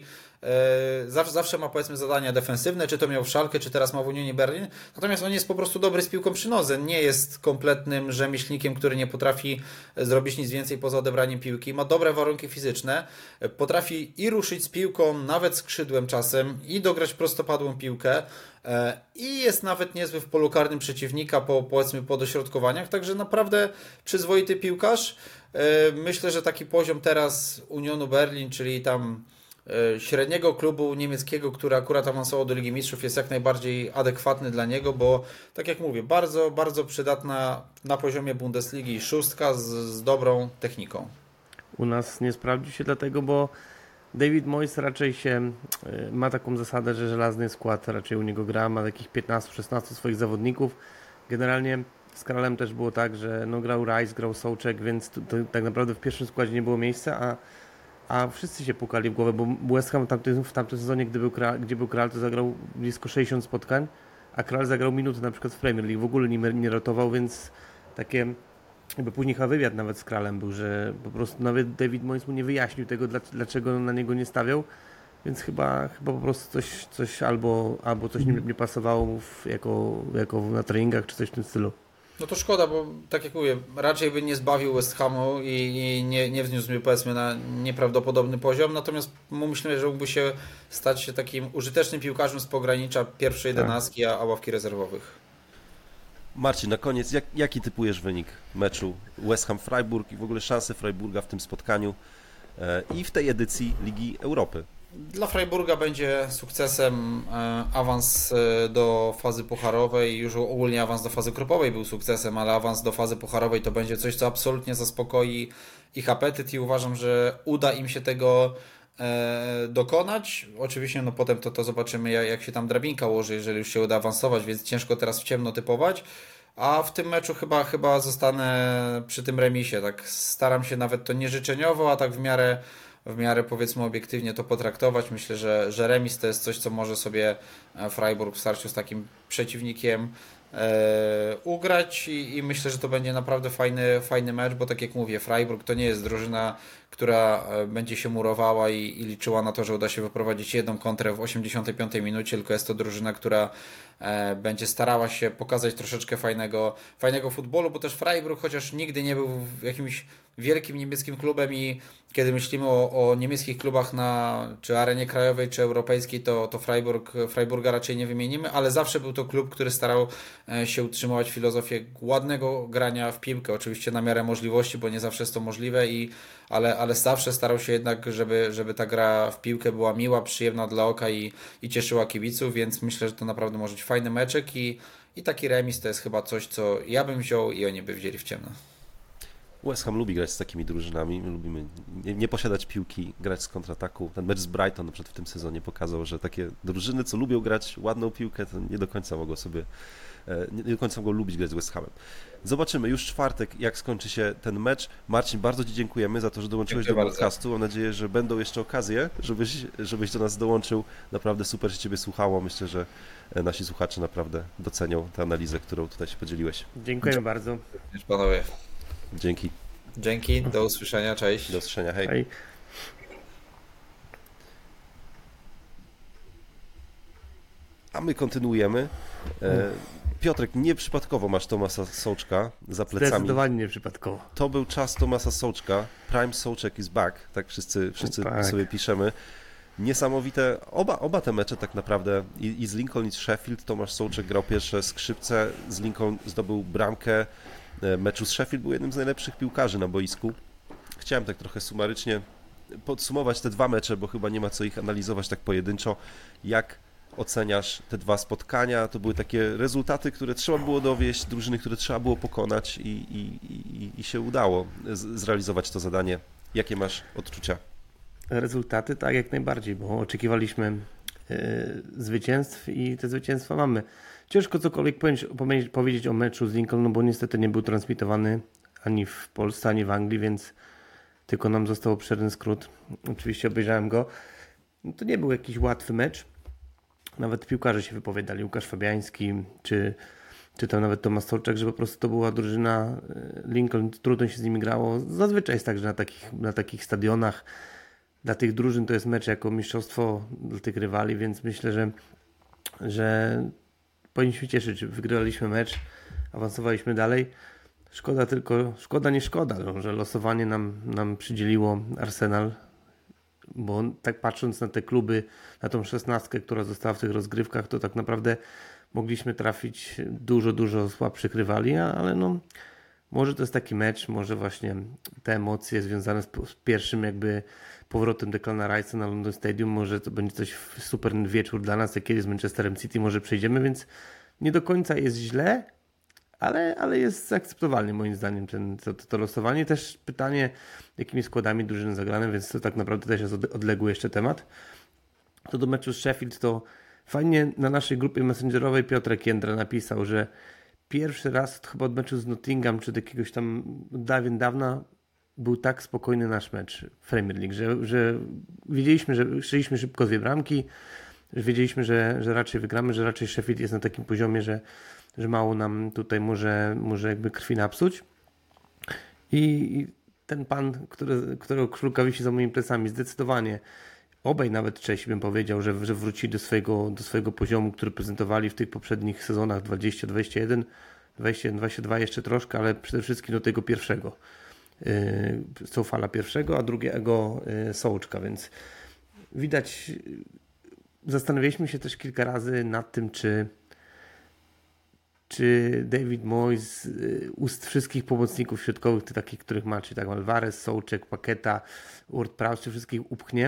zawsze ma, powiedzmy, zadania defensywne, czy to miał w Schalke, czy teraz ma w Unionii Berlin. Natomiast on jest po prostu dobry z piłką przy nodze. Nie jest kompletnym rzemieślnikiem, który nie potrafi zrobić nic więcej poza odebraniem piłki. Ma dobre warunki fizyczne. Potrafi i ruszyć z piłką, nawet skrzydłem czasem, i dograć prostopadłą piłkę. I jest nawet niezły w polu karnym przeciwnika, powiedzmy po dośrodkowaniach. Także naprawdę przyzwoity piłkarz. Myślę, że taki poziom teraz Unionu Berlin, czyli tam średniego klubu niemieckiego, który akurat awansował do Ligi Mistrzów, jest jak najbardziej adekwatny dla niego, bo tak jak mówię, bardzo, bardzo przydatna na poziomie Bundesligi szóstka z dobrą techniką. U nas nie sprawdzi się dlatego, bo David Moyes raczej ma taką zasadę, że żelazny skład raczej u niego gra, ma takich 15-16 swoich zawodników. Generalnie z Kralem też było tak, że no grał Rice, grał Souček, więc to tak naprawdę w pierwszym składzie nie było miejsca, a wszyscy się pukali w głowę, bo West Ham w tamtym sezonie, gdzie był Kral, to zagrał blisko 60 spotkań, a Kral zagrał minutę na przykład w Premier League, w ogóle nie rotował, więc takie jakby później chyba wywiad nawet z Kralem był, że po prostu nawet David Moyes mu nie wyjaśnił tego, dlaczego na niego nie stawiał, więc chyba po prostu coś albo coś nie pasowało mu jako na treningach, czy coś w tym stylu. No to szkoda, bo tak jak mówię, raczej by nie zbawił West Hamu i nie wzniósł mnie, powiedzmy, na nieprawdopodobny poziom, natomiast myślę, że mógłby się stać się takim użytecznym piłkarzem z pogranicza pierwszej jedenastki, a ławki rezerwowych. Marcin, na koniec, jaki typujesz wynik meczu West Ham-Freiburg i w ogóle szanse Freiburga w tym spotkaniu i w tej edycji Ligi Europy? Dla Freiburga będzie sukcesem awans do fazy pucharowej. Już ogólnie awans do fazy grupowej był sukcesem, ale awans do fazy pucharowej to będzie coś, co absolutnie zaspokoi ich apetyt i uważam, że uda im się tego dokonać. Oczywiście no potem to zobaczymy, jak się tam drabinka ułoży, jeżeli już się uda awansować, więc ciężko teraz w ciemno typować. A w tym meczu chyba zostanę przy tym remisie. Tak staram się nawet to nie życzeniowo, a tak w miarę powiedzmy obiektywnie to potraktować. Myślę, że remis to jest coś, co może sobie Freiburg w starciu z takim przeciwnikiem ugrać i myślę, że to będzie naprawdę fajny mecz, bo tak jak mówię, Freiburg to nie jest drużyna, która będzie się murowała i liczyła na to, że uda się wyprowadzić jedną kontrę w 85 minucie, tylko jest to drużyna, która będzie starała się pokazać troszeczkę fajnego futbolu, bo też Freiburg, chociaż nigdy nie był jakimś wielkim niemieckim klubem i kiedy myślimy o niemieckich klubach na czy arenie krajowej, czy europejskiej, to Freiburga raczej nie wymienimy, ale zawsze był to klub, który starał się utrzymywać filozofię ładnego grania w piłkę, oczywiście na miarę możliwości, bo nie zawsze jest to możliwe, ale zawsze starał się jednak, żeby ta gra w piłkę była miła, przyjemna dla oka i cieszyła kibiców, więc myślę, że to naprawdę może być fajny meczek i taki remis to jest chyba coś, co ja bym wziął i oni by wzięli w ciemno. West Ham lubi grać z takimi drużynami, my lubimy nie posiadać piłki, grać z kontrataku. Ten mecz z Brighton na przykład w tym sezonie pokazał, że takie drużyny, co lubią grać ładną piłkę, to nie do końca mogą lubić grać z West Hamem. Zobaczymy już w czwartek, jak skończy się ten mecz. Marcin, bardzo Ci dziękujemy za to, że dołączyłeś do podcastu. Mam nadzieję, że będą jeszcze okazje, żebyś do nas dołączył. Naprawdę super się Ciebie słuchało. Myślę, że nasi słuchacze naprawdę docenią tę analizę, którą tutaj się podzieliłeś. Dziękujemy bardzo. Panowie. Dzięki, do usłyszenia, cześć. Do usłyszenia, hej. A my kontynuujemy. Piotrek, nieprzypadkowo masz Tomasa Součka za plecami. Zdecydowanie nieprzypadkowo. To był czas Tomasa Součka. Prime Souček is back. Tak wszyscy tak sobie piszemy. Niesamowite, oba te mecze tak naprawdę i z Lincoln i z Sheffield. Tomasz Souček grał pierwsze skrzypce, z Lincoln zdobył bramkę. Meczu z Sheffield był jednym z najlepszych piłkarzy na boisku. Chciałem tak trochę sumarycznie podsumować te dwa mecze, bo chyba nie ma co ich analizować tak pojedynczo. Jak oceniasz te dwa spotkania? To były takie rezultaty, które trzeba było dowieść, drużyny, które trzeba było pokonać i się udało zrealizować to zadanie. Jakie masz odczucia? Rezultaty tak, jak najbardziej, bo oczekiwaliśmy zwycięstw i te zwycięstwa mamy. Ciężko cokolwiek powiedzieć o meczu z Lincoln, no bo niestety nie był transmitowany, ani w Polsce, ani w Anglii, więc tylko nam został obszerny skrót. Oczywiście obejrzałem go. No to nie był jakiś łatwy mecz. Nawet piłkarze się wypowiadali, Łukasz Fabiański, czy tam nawet Tomasz Solczak, że po prostu to była drużyna Lincoln, trudno się z nimi grało. Zazwyczaj jest tak, że na takich stadionach dla tych drużyn to jest mecz jako mistrzostwo dla tych rywali, więc myślę, że powinniśmy cieszyć, że wygraliśmy mecz, awansowaliśmy dalej. Szkoda, no, że losowanie nam przydzieliło Arsenal, bo tak patrząc na te kluby, na tą 16, która została w tych rozgrywkach, to tak naprawdę mogliśmy trafić dużo słabszych rywali, ale no może to jest taki mecz, może właśnie te emocje związane z pierwszym jakby powrotem Declana Rice'a na London Stadium, może to będzie coś super wieczór dla nas, jak kiedyś z Manchesterem City może przejdziemy, więc nie do końca jest źle, ale jest akceptowalnie moim zdaniem to losowanie. Też pytanie, jakimi składami drużyny zagrane, więc to tak naprawdę też jest odległy jeszcze temat. To do meczu z Sheffield to fajnie na naszej grupie messengerowej Piotrek Jędra napisał, że pierwszy raz chyba od meczu z Nottingham, czy do jakiegoś tam dawna był tak spokojny nasz mecz w Premier League, że wiedzieliśmy, że strzeliśmy szybko 2 bramki, że wiedzieliśmy, że raczej wygramy, że raczej Sheffield jest na takim poziomie, że mało nam tutaj może jakby krwi napsuć. I ten pan, którego koszulka wisi za moimi plecami, zdecydowanie obaj nawet Czesi bym powiedział, że wrócili do swojego poziomu, który prezentowali w tych poprzednich sezonach 20, 21, 21, 22 jeszcze troszkę, ale przede wszystkim do tego pierwszego. Soufala pierwszego, a drugiego Sołczka, więc widać, zastanawialiśmy się też kilka razy nad tym, czy David Moyes ust wszystkich pomocników środkowych, takich, których ma, czyli tak Alvarez, Sołczek, Paqueta, Ward-Prowse, czy wszystkich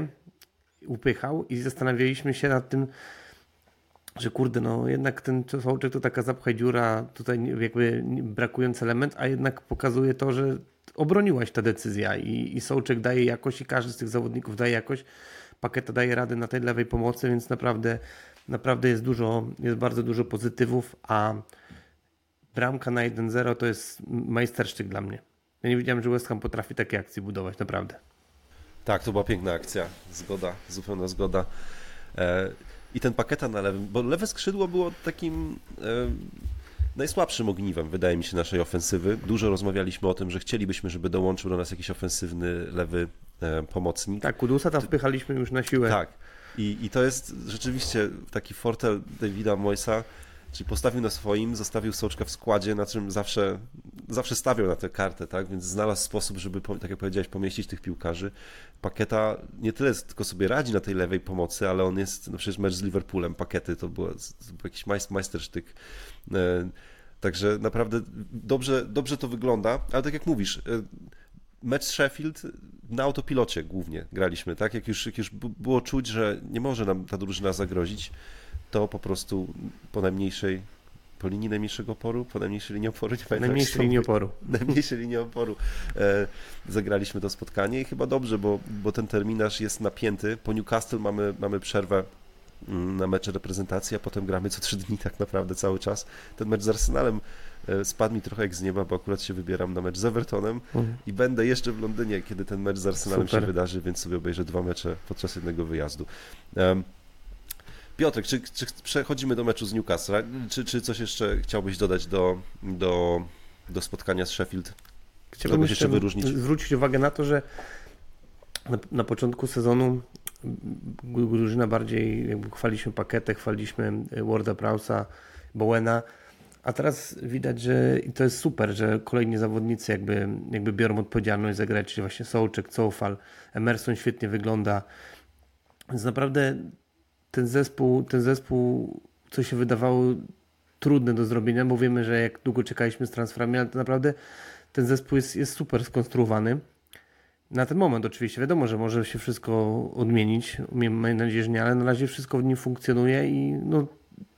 upychał i zastanawialiśmy się nad tym, że kurde, no jednak ten Sołczek to taka zapchaj dziura, tutaj jakby brakujący element, a jednak pokazuje to, że obroniłaś ta decyzja i Sołczek daje jakość i każdy z tych zawodników daje jakość. Paqueta daje radę na tej lewej pomocy, więc naprawdę jest bardzo dużo pozytywów, a bramka na 1-0 to jest majstersztyk dla mnie. Ja nie wiedziałem, że West Ham potrafi takie akcje budować, naprawdę. Tak, to była piękna akcja, zgoda, zupełna zgoda. I ten Paqueta na lewym, bo lewe skrzydło było takim najsłabszym ogniwem, wydaje mi się, naszej ofensywy. Dużo rozmawialiśmy o tym, że chcielibyśmy, żeby dołączył do nas jakiś ofensywny lewy pomocnik. Tak, Kudusa tam wpychaliśmy już na siłę. Tak. I to jest rzeczywiście taki fortel Davida Moyesa, czyli postawił na swoim, zostawił Sołczka w składzie, na czym zawsze stawiał na tę kartę, tak? Więc znalazł sposób, żeby, tak jak powiedziałeś, pomieścić tych piłkarzy. Paqueta nie tyle tylko sobie radzi na tej lewej pomocy, ale on jest, no przecież mecz z Liverpoolem, Paquety to był jakiś majstersztyk. Także naprawdę dobrze to wygląda, ale tak jak mówisz, mecz z Sheffield na autopilocie głównie graliśmy, tak? Jak już było czuć, że nie może nam ta drużyna zagrozić, to po prostu po linii najmniejszego oporu, po najmniejszej linii oporu, nie pamiętam. Najmniejszej linii oporu zagraliśmy to spotkanie i chyba dobrze, bo ten terminarz jest napięty. Po Newcastle mamy przerwę na mecze reprezentacji, a potem gramy co 3 dni tak naprawdę cały czas. Ten mecz z Arsenalem spadł mi trochę jak z nieba, bo akurat się wybieram na mecz z Evertonem i będę jeszcze w Londynie, kiedy ten mecz z Arsenalem się wydarzy, więc sobie obejrzę 2 mecze podczas jednego wyjazdu. Piotrek, czy przechodzimy do meczu z Newcastle? Czy coś jeszcze chciałbyś dodać do spotkania z Sheffield? Chciałbym jeszcze zwrócić uwagę na to, że na początku sezonu drużyna bardziej jakby chwaliśmy Paquetę, chwaliliśmy Warda-Prowse'a, Bowena, a teraz widać, że i to jest super, że kolejni zawodnicy jakby biorą odpowiedzialność za grę, czyli właśnie Sołczek, Coufal, Emerson świetnie wygląda, więc naprawdę ten zespół, co się wydawało trudne do zrobienia, bo wiemy, że jak długo czekaliśmy z transferami, ale to naprawdę ten zespół jest super skonstruowany. Na ten moment oczywiście wiadomo, że może się wszystko odmienić, miejmy nadzieję, że nie, ale na razie wszystko w nim funkcjonuje i no,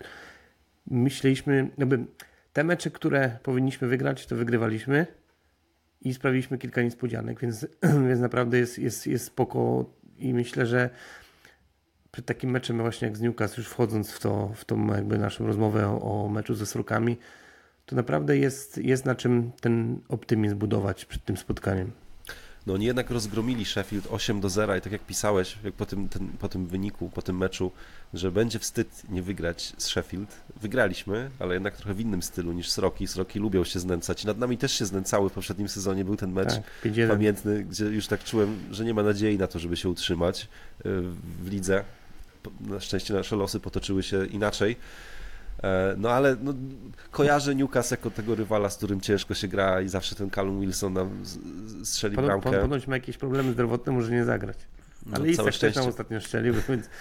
myśleliśmy, jakby te mecze, które powinniśmy wygrać, to wygrywaliśmy i sprawiliśmy kilka niespodzianek, więc naprawdę jest spoko i myślę, że przed takim meczem właśnie jak z Newcastle, już wchodząc w tą jakby naszą rozmowę o meczu ze Srokami, to naprawdę jest na czym ten optymizm budować przed tym spotkaniem. No oni jednak rozgromili Sheffield 8-0 i tak jak pisałeś jak po tym wyniku, po tym meczu, że będzie wstyd nie wygrać z Sheffield. Wygraliśmy, ale jednak trochę w innym stylu niż Sroki. Sroki lubią się znęcać i nad nami też się znęcały w poprzednim sezonie. Był ten mecz Tak, pamiętny, gdzie już tak czułem, że nie ma nadziei na to, żeby się utrzymać w lidze. Na szczęście nasze losy potoczyły się inaczej. No ale kojarzę Newcastle jako tego rywala, z którym ciężko się gra i zawsze ten Callum Wilson nam strzeli bramkę. Ponoć ma jakieś problemy zdrowotne, może nie zagrać. Ale No, Isak też nam ostatnio strzelił, więc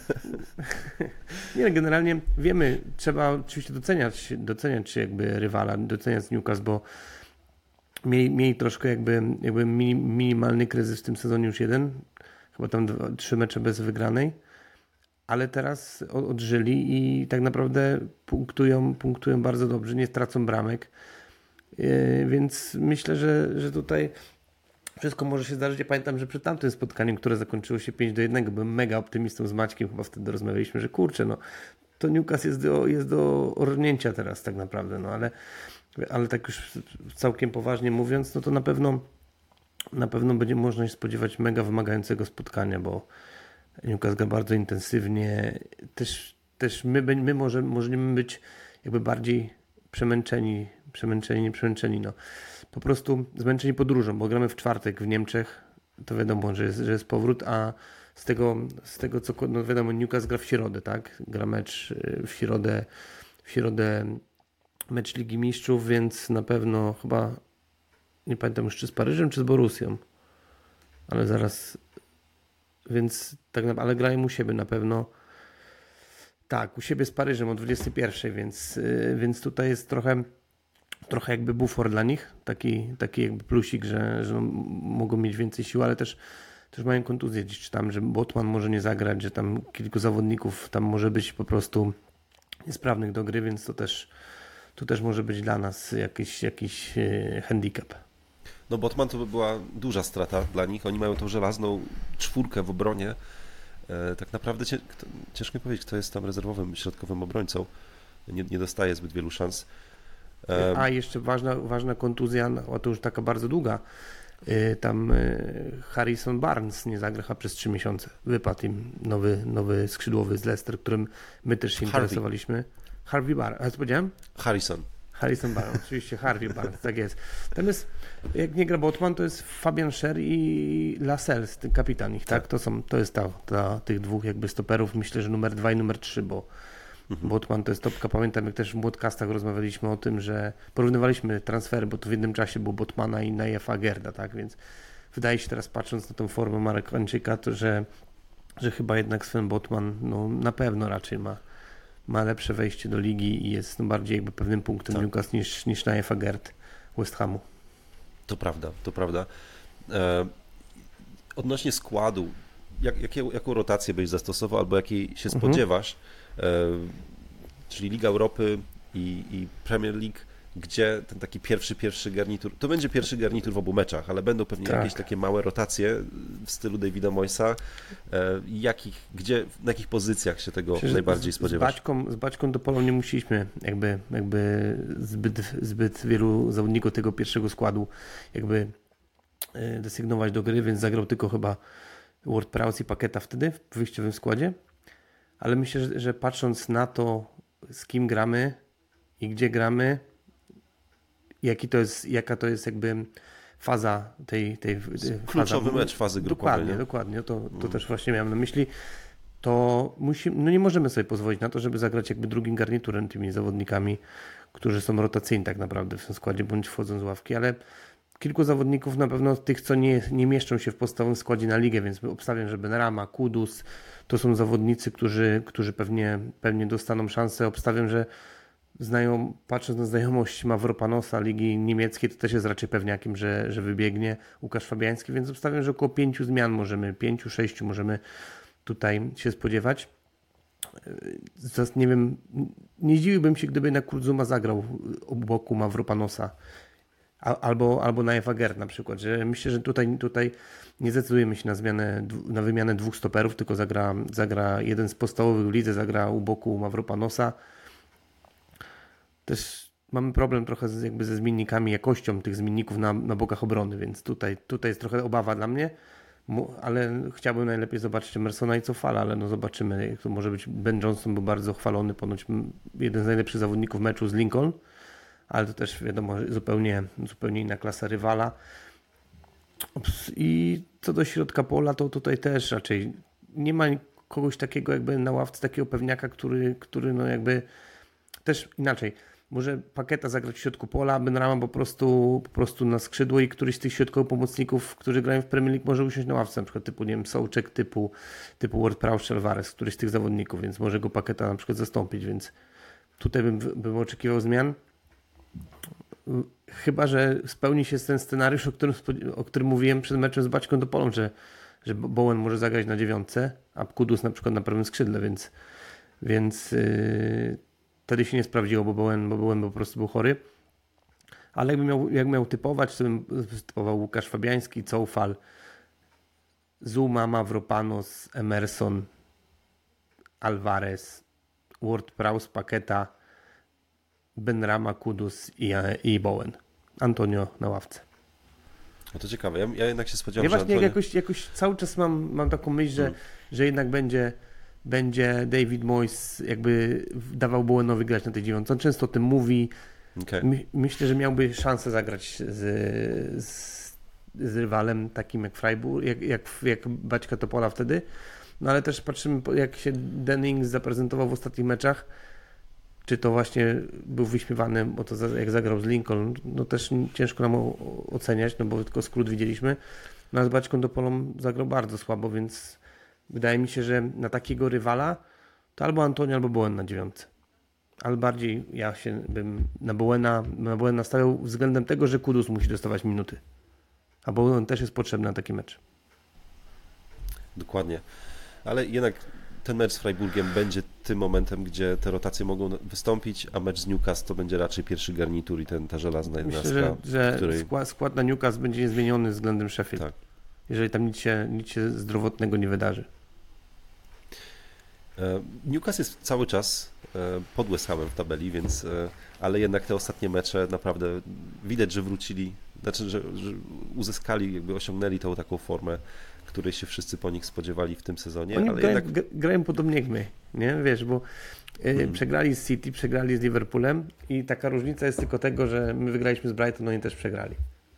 nie, generalnie wiemy, trzeba oczywiście doceniać jakby rywala, doceniać Newcastle, bo mieli troszkę jakby minimalny kryzys w tym sezonie już jeden, chyba tam 3 mecze bez wygranej, ale teraz odżyli i tak naprawdę punktują bardzo dobrze, nie stracą bramek, więc myślę, że tutaj wszystko może się zdarzyć. Ja pamiętam, że przed tamtym spotkaniem, które zakończyło się 5-1, byłem mega optymistą z Maćkiem, chyba wtedy rozmawialiśmy, że kurczę, no to Newcastle jest do ornięcia teraz tak naprawdę, no ale tak już całkiem poważnie mówiąc, no to na pewno będzie można się spodziewać mega wymagającego spotkania, bo Newcastle gra bardzo intensywnie. Też my możemy być jakby bardziej przemęczeni, no. Po prostu zmęczeni podróżą, bo gramy w czwartek w Niemczech, to wiadomo, że jest powrót, a z tego co no wiadomo, Newcastle gra w środę, tak? Gra mecz w środę mecz Ligi Mistrzów, więc na pewno chyba, nie pamiętam już czy z Paryżem, czy z Borussią, ale zaraz, więc tak naprawdę, ale grają u siebie na pewno. Tak, u siebie z Paryżem o 21, więc tutaj jest trochę jakby bufor dla nich, taki jakby plusik, że mogą mieć więcej sił, ale też mają kontuzję gdzieś tam, że Botman może nie zagrać, że tam kilku zawodników tam może być po prostu niesprawnych do gry, więc to też może być dla nas jakiś handicap. No Botman to by była duża strata dla nich, oni mają tą żelazną czwórkę w obronie. Tak naprawdę ciężko mi powiedzieć, kto jest tam rezerwowym, środkowym obrońcą. Nie dostaje zbyt wielu szans. A jeszcze ważna kontuzja, a to już taka bardzo długa. Tam Harrison Barnes nie zagra przez 3 miesiące. Wypadł im nowy skrzydłowy z Leicester, którym my też się interesowaliśmy. Harvey Barnes. A co powiedziałem? Harrison Barnes, oczywiście Harvey Barnes, tak jest. Natomiast jak nie gra Botman, to jest Fabian Schär i Lascelles, ten kapitan ich, tak? To jest tych dwóch jakby stoperów, myślę, że numer 2 i numer 3, bo Botman to jest topka. Pamiętam, jak też w Młodkastach rozmawialiśmy o tym, że porównywaliśmy transfery, bo to w jednym czasie było Botmana i Najefa Gerda, tak? Więc wydaje się teraz, patrząc na tą formę Marokańczyka, to że chyba jednak Sven Botman na pewno raczej ma lepsze wejście do ligi i jest bardziej jakby pewnym punktem Newcastle niż Najefa Gerd West Hamu. To prawda. Odnośnie składu, jaką rotację byś zastosował albo jakiej się spodziewasz, czyli Liga Europy i Premier League, gdzie ten taki pierwszy garnitur, to będzie pierwszy garnitur w obu meczach, ale będą pewnie jakieś takie małe rotacje w stylu Davida Moyesa. Na jakich pozycjach się tego najbardziej spodziewasz? Z Baćką do Polu nie musieliśmy jakby zbyt wielu zawodników tego pierwszego składu jakby desygnować do gry, więc zagrał tylko chyba Ward-Prowse i Paqueta wtedy w wyjściowym składzie. Ale myślę, że patrząc na to, z kim gramy i gdzie gramy, jaka to jest jakby faza tej kluczowy mecz fazy grupowej. Dokładnie. To też właśnie miałem na myśli. To nie możemy sobie pozwolić na to, żeby zagrać jakby drugim garniturem tymi zawodnikami, którzy są rotacyjni tak naprawdę w tym składzie, bądź wchodzą z ławki, ale kilku zawodników na pewno tych, co nie mieszczą się w podstawowym składzie na ligę, więc obstawiam, że Benrahma, Kudus, to są zawodnicy, którzy pewnie dostaną szansę. Obstawiam, że patrząc na znajomość Mavropanosa ligi niemieckiej, to też jest raczej pewniakiem, że wybiegnie Łukasz Fabiański, więc obstawiam, że około 5 zmian 5-6 możemy tutaj się spodziewać. Nie wiem, nie zdziwiłbym się, gdyby na Kurzuma zagrał u boku Mavropanosa albo na Efa Gerd na przykład, że myślę, że tutaj nie zdecydujemy się na wymianę 2 stoperów, tylko zagra jeden z podstawowych w lidze, zagra u boku Mavropanosa. Też mamy problem trochę jakby ze zmiennikami, jakością tych zmienników na bokach obrony, więc tutaj jest trochę obawa dla mnie, ale chciałbym najlepiej zobaczyć Emersona i Coufala, ale no zobaczymy, jak to może być. Ben Johnson był bardzo chwalony, ponoć jeden z najlepszych zawodników meczu z Lincoln, ale to też wiadomo, zupełnie inna klasa rywala. I co do środka pola, to tutaj też raczej nie ma kogoś takiego jakby na ławce, takiego pewniaka, który no jakby też inaczej. Może Paqueta zagrać w środku pola, Benrahma po prostu na skrzydło i któryś z tych środkowych pomocników, którzy grają w Premier League, może usiąść na ławce, na przykład typu, nie wiem, Souček, typu Ward-Prowse, Alvarez, któryś z tych zawodników, więc może go Paqueta na przykład zastąpić, więc tutaj bym oczekiwał zmian. Chyba że spełni się ten scenariusz, o którym mówiłem przed meczem z Baćką Topolą, że Bowen może zagrać na 9, a Kudus na przykład na prawym skrzydle, więc wtedy się nie sprawdziło, bo Bowen po prostu był chory. Ale jak miał typować, to bym typował Łukasz Fabiański, Coufal, Zuma, Mavropanos, Emerson, Alvarez, Ward-Prowse, Paqueta, Benrahma, Kudus i Bowen. Antonio na ławce. No to ciekawe, ja jednak się spodziewałem, Ja właśnie Antonio... jakoś cały czas mam taką myśl, że jednak będzie David Moyes jakby dawał Bowenowi grać na tej 9. On często o tym mówi. Okay. Myślę, że miałby szansę zagrać z rywalem takim jak Freiburg, jak Baćka Topola wtedy. No ale też patrzymy, jak się Dennings zaprezentował w ostatnich meczach. Czy to właśnie był wyśmiewany, bo to jak zagrał z Lincoln, no też ciężko nam oceniać, no bo tylko skrót widzieliśmy. No a z Baćką Topolą zagrał bardzo słabo, więc wydaje mi się, że na takiego rywala to albo Antonio, albo Bowen na 9. Ale bardziej ja się bym na Bowena stawiał względem tego, że Kudus musi dostawać minuty. A Bowen też jest potrzebny na taki mecz. Dokładnie. Ale jednak ten mecz z Freiburgiem będzie tym momentem, gdzie te rotacje mogą wystąpić, a mecz z Newcastle to będzie raczej pierwszy garnitur i ta żelazna jednostka. Myślę, że której... skład na Newcastle będzie niezmieniony względem Sheffield. Tak. Jeżeli tam nic się zdrowotnego nie wydarzy. Newcastle jest cały czas pod West Hamem w tabeli, więc, ale jednak te ostatnie mecze naprawdę widać, że wrócili, znaczy, że uzyskali, jakby osiągnęli tą taką formę, której się wszyscy po nich spodziewali w tym sezonie. Oni ale grają podobnie jak my, nie? Wiesz, bo przegrali z City, przegrali z Liverpoolem i taka różnica jest tylko tego, że my wygraliśmy z Brighton, oni też przegrali.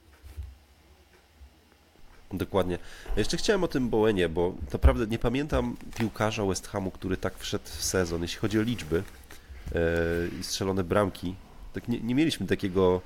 Dokładnie. Ja jeszcze chciałem o tym Bowenie, bo naprawdę nie pamiętam piłkarza West Hamu, który tak wszedł w sezon, jeśli chodzi o liczby i strzelone bramki. Tak nie mieliśmy takiego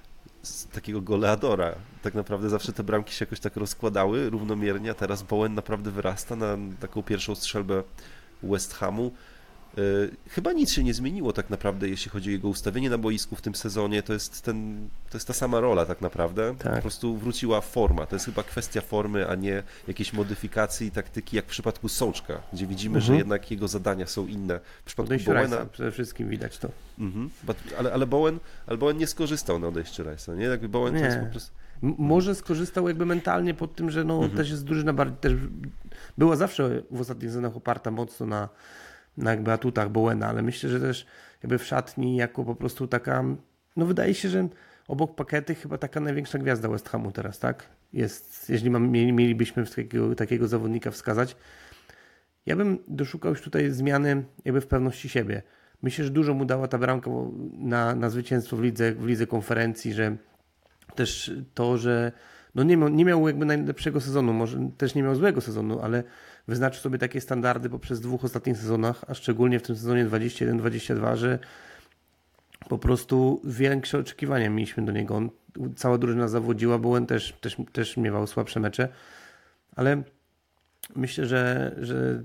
goleadora. Tak naprawdę zawsze te bramki się jakoś tak rozkładały równomiernie, a teraz Bowen naprawdę wyrasta na taką pierwszą strzelbę West Hamu. Chyba nic się nie zmieniło tak naprawdę, jeśli chodzi o jego ustawienie na boisku w tym sezonie. To jest ta sama rola tak naprawdę. Tak. Po prostu wróciła forma. To jest chyba kwestia formy, a nie jakiejś modyfikacji taktyki, jak w przypadku Součka, gdzie widzimy, że jednak jego zadania są inne. W przypadku Bowena przede wszystkim widać to. Ale Bowen nie skorzystał na odejściu Rice'a, nie? Jakby Bowen to jest po prostu... Może skorzystał jakby mentalnie pod tym, że też jest drużyna bardziej, też była zawsze w ostatnich sezonach oparta mocno na jakby atutach Bowena, ale myślę, że też jakby w szatni jako po prostu taka, no wydaje się, że obok Paquety chyba taka największa gwiazda West Hamu teraz, tak? Jest, jeżeli mielibyśmy takiego zawodnika wskazać. Ja bym doszukał już tutaj zmiany jakby w pewności siebie. Myślę, że dużo mu dała ta bramka na zwycięstwo w lidze konferencji, że też to, że no nie miał jakby najlepszego sezonu, może też nie miał złego sezonu, ale wyznaczył sobie takie standardy poprzez 2 ostatnich sezonach, a szczególnie w tym sezonie 21-22, że po prostu większe oczekiwania mieliśmy do niego. Cała drużyna zawodziła, bo on też miewał słabsze mecze, ale myślę, że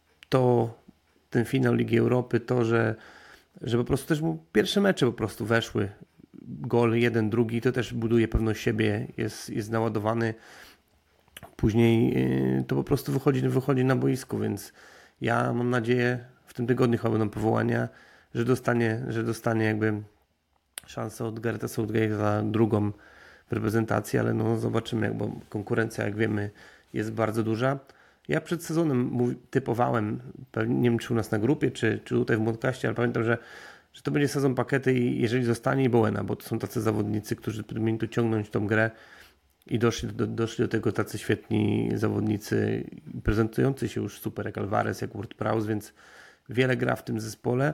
ten finał Ligi Europy, to, że po prostu też mu pierwsze mecze po prostu weszły, gol jeden, drugi, to też buduje pewność siebie, jest naładowany. Później to po prostu wychodzi na boisku, więc ja mam nadzieję, w tym tygodniu chyba będą powołania, że dostanie jakby szansę od Garetha Southgate'a za drugą reprezentację, ale no zobaczymy, bo konkurencja, jak wiemy, jest bardzo duża. Ja przed sezonem typowałem, nie wiem czy u nas na grupie, czy tutaj w podcaście, ale pamiętam, że że to będzie sezon Paquety i jeżeli zostanie i Bowena, bo to są tacy zawodnicy, którzy powinni tu ciągnąć tą grę i doszli do tego tacy świetni zawodnicy prezentujący się już super, jak Alvarez, jak Ward-Prowse, więc wiele gra w tym zespole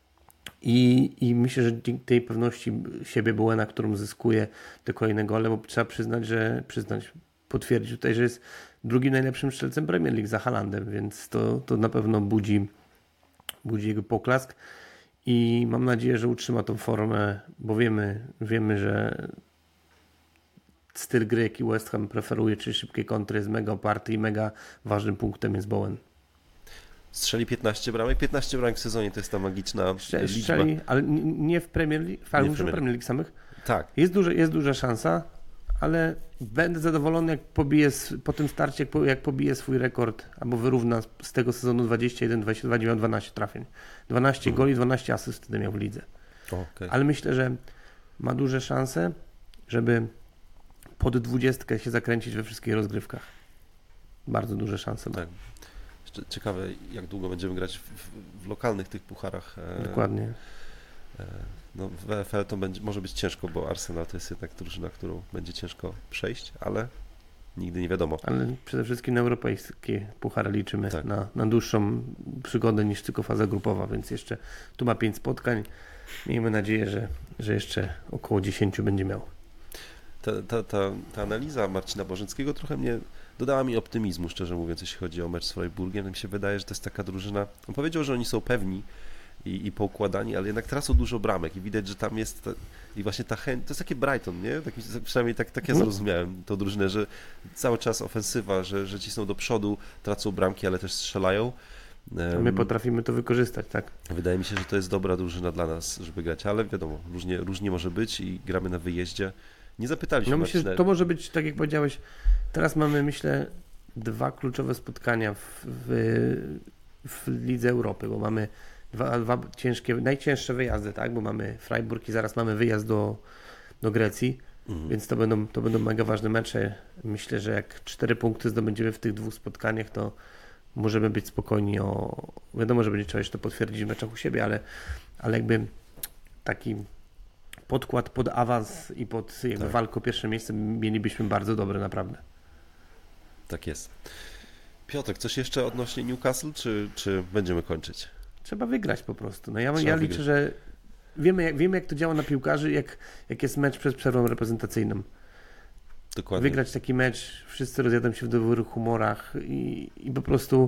i myślę, że dzięki tej pewności siebie Bowena, którą zyskuje te kolejne gole, bo trzeba potwierdzić tutaj, że jest drugim najlepszym strzelcem Premier League za Haalandem, więc to na pewno budzi jego poklask i mam nadzieję, że utrzyma tą formę, bo wiemy, że styl gry, jaki West Ham preferuje, czyli szybkie kontry, jest mega oparty i mega ważnym punktem jest Bowen. Strzeli 15 bramek. 15 bramek w sezonie to jest ta magiczna liczba. Strzeli, ale nie w Premier League, ale w Premier League samych. Tak. Jest duża szansa, ale będę zadowolony, jak pobije po tym starcie, jak pobije swój rekord, albo wyrówna z tego sezonu 21-22, gdzie miał 12 trafień. 12 goli, 12 asyst wtedy miał w lidze. Okay. Ale myślę, że ma duże szanse, żeby pod 20 się zakręcić we wszystkich rozgrywkach. Bardzo duże szanse. Tak. Ciekawe, jak długo będziemy grać w lokalnych tych pucharach. Dokładnie. No, w EFL to może być ciężko, bo Arsenal to jest jednak drużyna, którą będzie ciężko przejść, ale nigdy nie wiadomo. Ale przede wszystkim na europejskie puchary liczymy, tak. na dłuższą przygodę niż tylko faza grupowa, więc jeszcze tu ma 5 spotkań. Miejmy nadzieję, że jeszcze około 10 będzie miał. Ta analiza Marcina Bożyńskiego trochę dodała mi optymizmu, szczerze mówiąc, jeśli chodzi o mecz z Freiburgiem. Mi się wydaje, że to jest taka drużyna, on powiedział, że oni są pewni i poukładani, ale jednak tracą dużo bramek i widać, że tam jest i właśnie ta chęć, to jest takie Brighton, nie? Przynajmniej tak ja zrozumiałem tą drużynę, że cały czas ofensywa, że cisną do przodu, tracą bramki, ale też strzelają. A my potrafimy to wykorzystać, tak? Wydaje mi się, że to jest dobra drużyna dla nas, żeby grać, ale wiadomo, różnie może być i gramy na wyjeździe. Nie zapytaliśmy. No myślę, że to może być, tak jak powiedziałeś, teraz mamy, myślę, 2 kluczowe spotkania w Lidze Europy, bo mamy dwa ciężkie, najcięższe wyjazdy, tak? Bo mamy Freiburg i zaraz mamy wyjazd do Grecji, więc to będą mega ważne mecze. Myślę, że jak 4 punkty zdobędziemy w tych 2 spotkaniach, to możemy być spokojni wiadomo, że będzie trzeba jeszcze to potwierdzić w meczach u siebie, ale jakby taki podkład pod awans i pod jakby walkę o pierwsze miejsce mielibyśmy bardzo dobre, naprawdę. Tak jest. Piotrek, coś jeszcze odnośnie Newcastle, czy będziemy kończyć? Trzeba wygrać po prostu. No ja liczę, że wiemy jak to działa na piłkarzy, jak jest mecz przed przerwą reprezentacyjną. Dokładnie. Wygrać taki mecz, wszyscy rozjadą się w dobrych humorach i po prostu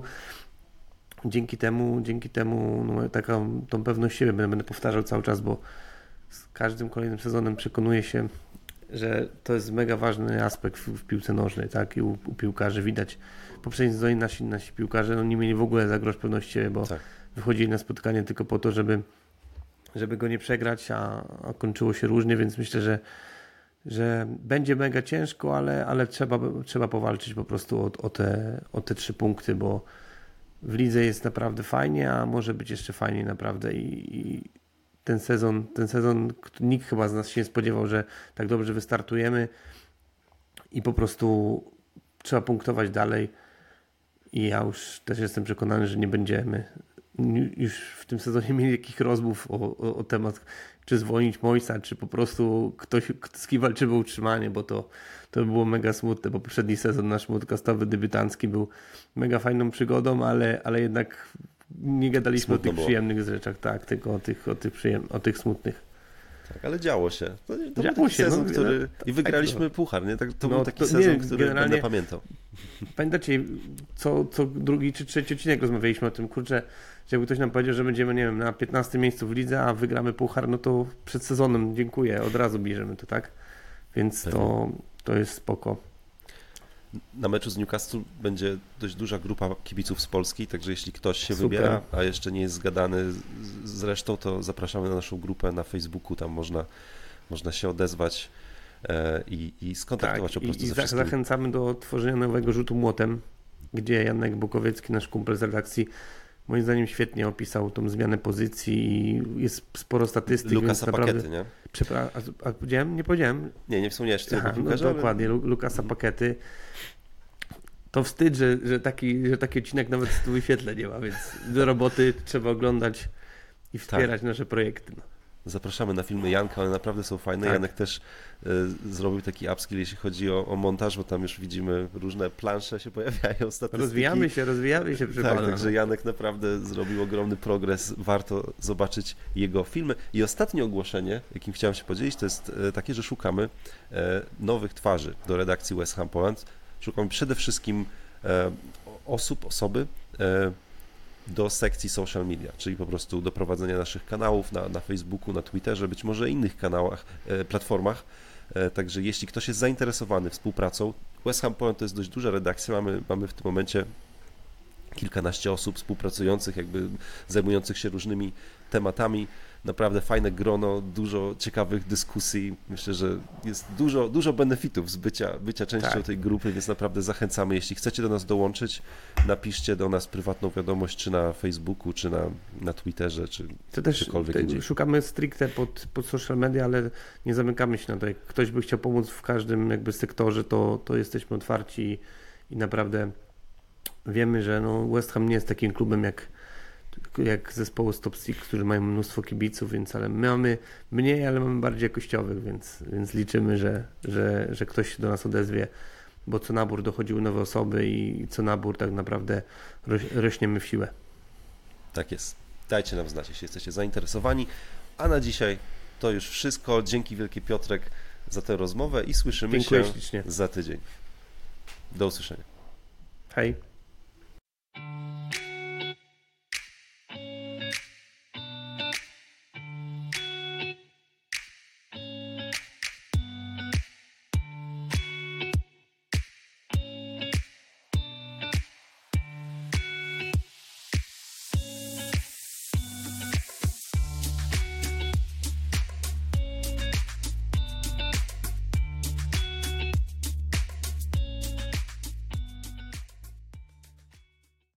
dzięki temu no, tą pewność siebie będę powtarzał cały czas, bo z każdym kolejnym sezonem przekonuję się, że to jest mega ważny aspekt w piłce nożnej, tak? I u piłkarzy widać. W poprzedniej sezonie nasi piłkarze nie mieli w ogóle za grosz pewności siebie, bo wychodzili na spotkanie tylko po to, żeby go nie przegrać, a kończyło się różnie, więc myślę, że będzie mega ciężko, ale trzeba powalczyć po prostu o te 3 punkty, bo w lidze jest naprawdę fajnie, a może być jeszcze fajniej naprawdę i ten sezon nikt chyba z nas się nie spodziewał, że tak dobrze wystartujemy i po prostu trzeba punktować dalej i ja już też jestem przekonany, że nie będziemy już w tym sezonie mieli jakichś rozmów o temat, czy zwolnić Moisa, czy po prostu ktoś, z kim walczymy o utrzymanie, bo to było mega smutne, bo poprzedni sezon nasz podcastowy, debiutancki był mega fajną przygodą, ale jednak nie gadaliśmy o tych przyjemnych rzeczach, tak, tylko o tych smutnych. Tak, ale działo się. To działo był taki się, sezon, i wygraliśmy puchar, nie? To był taki sezon, który będę pamiętał. Pamiętacie, co drugi czy trzeci odcinek rozmawialiśmy o tym, kurczę, że jakby ktoś nam powiedział, że będziemy, nie wiem, na 15 miejscu w lidze, a wygramy puchar, no to przed sezonem, dziękuję, od razu bierzemy to, tak? Więc to jest spoko. Na meczu z Newcastle będzie dość duża grupa kibiców z Polski, także jeśli ktoś się wybiera, a jeszcze nie jest zgadany z resztą, to zapraszamy na naszą grupę na Facebooku, tam można się odezwać i skontaktować po prostu ze wszystkimi. Zachęcamy do tworzenia nowego rzutu młotem, gdzie Janek Bukowiecki, nasz kumpel z redakcji, moim zdaniem świetnie opisał tą zmianę pozycji i jest sporo statystyk. Lukasa Paquety, nie? A powiedziałem? Nie powiedziałem? Nie wspomniałeś w tym piłkarza, dokładnie, Lukasa Paquety. To wstyd, że taki odcinek nawet w wyświetle nie ma, więc do roboty trzeba oglądać i wspierać nasze projekty. No. Zapraszamy na filmy Janka, one naprawdę są fajne. Tak. Janek też zrobił taki upskill, jeśli chodzi o montaż, bo tam już widzimy różne plansze się pojawiają, statystyki. Rozwijamy się przy Tak, Panu. także Janek naprawdę zrobił ogromny progres. Warto zobaczyć jego filmy. I ostatnie ogłoszenie, jakim chciałem się podzielić, to jest takie, że szukamy nowych twarzy do redakcji West Ham Poland. Szukamy przede wszystkim osoby do sekcji social media, czyli po prostu do prowadzenia naszych kanałów na Facebooku, na Twitterze, być może innych kanałach, platformach. Także jeśli ktoś jest zainteresowany współpracą, West Ham Poland to jest dość duża redakcja, mamy w tym momencie kilkanaście osób współpracujących, jakby zajmujących się różnymi tematami. Naprawdę fajne grono, dużo ciekawych dyskusji. Myślę, że jest dużo benefitów z bycia częścią tej grupy, więc naprawdę zachęcamy. Jeśli chcecie do nas dołączyć, napiszcie do nas prywatną wiadomość, czy na Facebooku, czy na Twitterze, czy To też gdziekolwiek indziej. szukamy stricte pod social media, ale nie zamykamy się na to. Jak ktoś by chciał pomóc w każdym jakby sektorze, to jesteśmy otwarci i naprawdę wiemy, że West Ham nie jest takim klubem jak zespoły z Top Six, którzy mają mnóstwo kibiców, więc ale my mamy mniej, ale mamy bardziej jakościowych, więc liczymy, że ktoś się do nas odezwie, bo co nabór dochodziły nowe osoby i co nabór tak naprawdę rośniemy w siłę. Tak jest. Dajcie nam znać, jeśli jesteście zainteresowani. A na dzisiaj to już wszystko. Dzięki wielkie, Piotrek, za tę rozmowę i słyszymy Dziękuję się ślicznie. za tydzień. Do usłyszenia. Hej.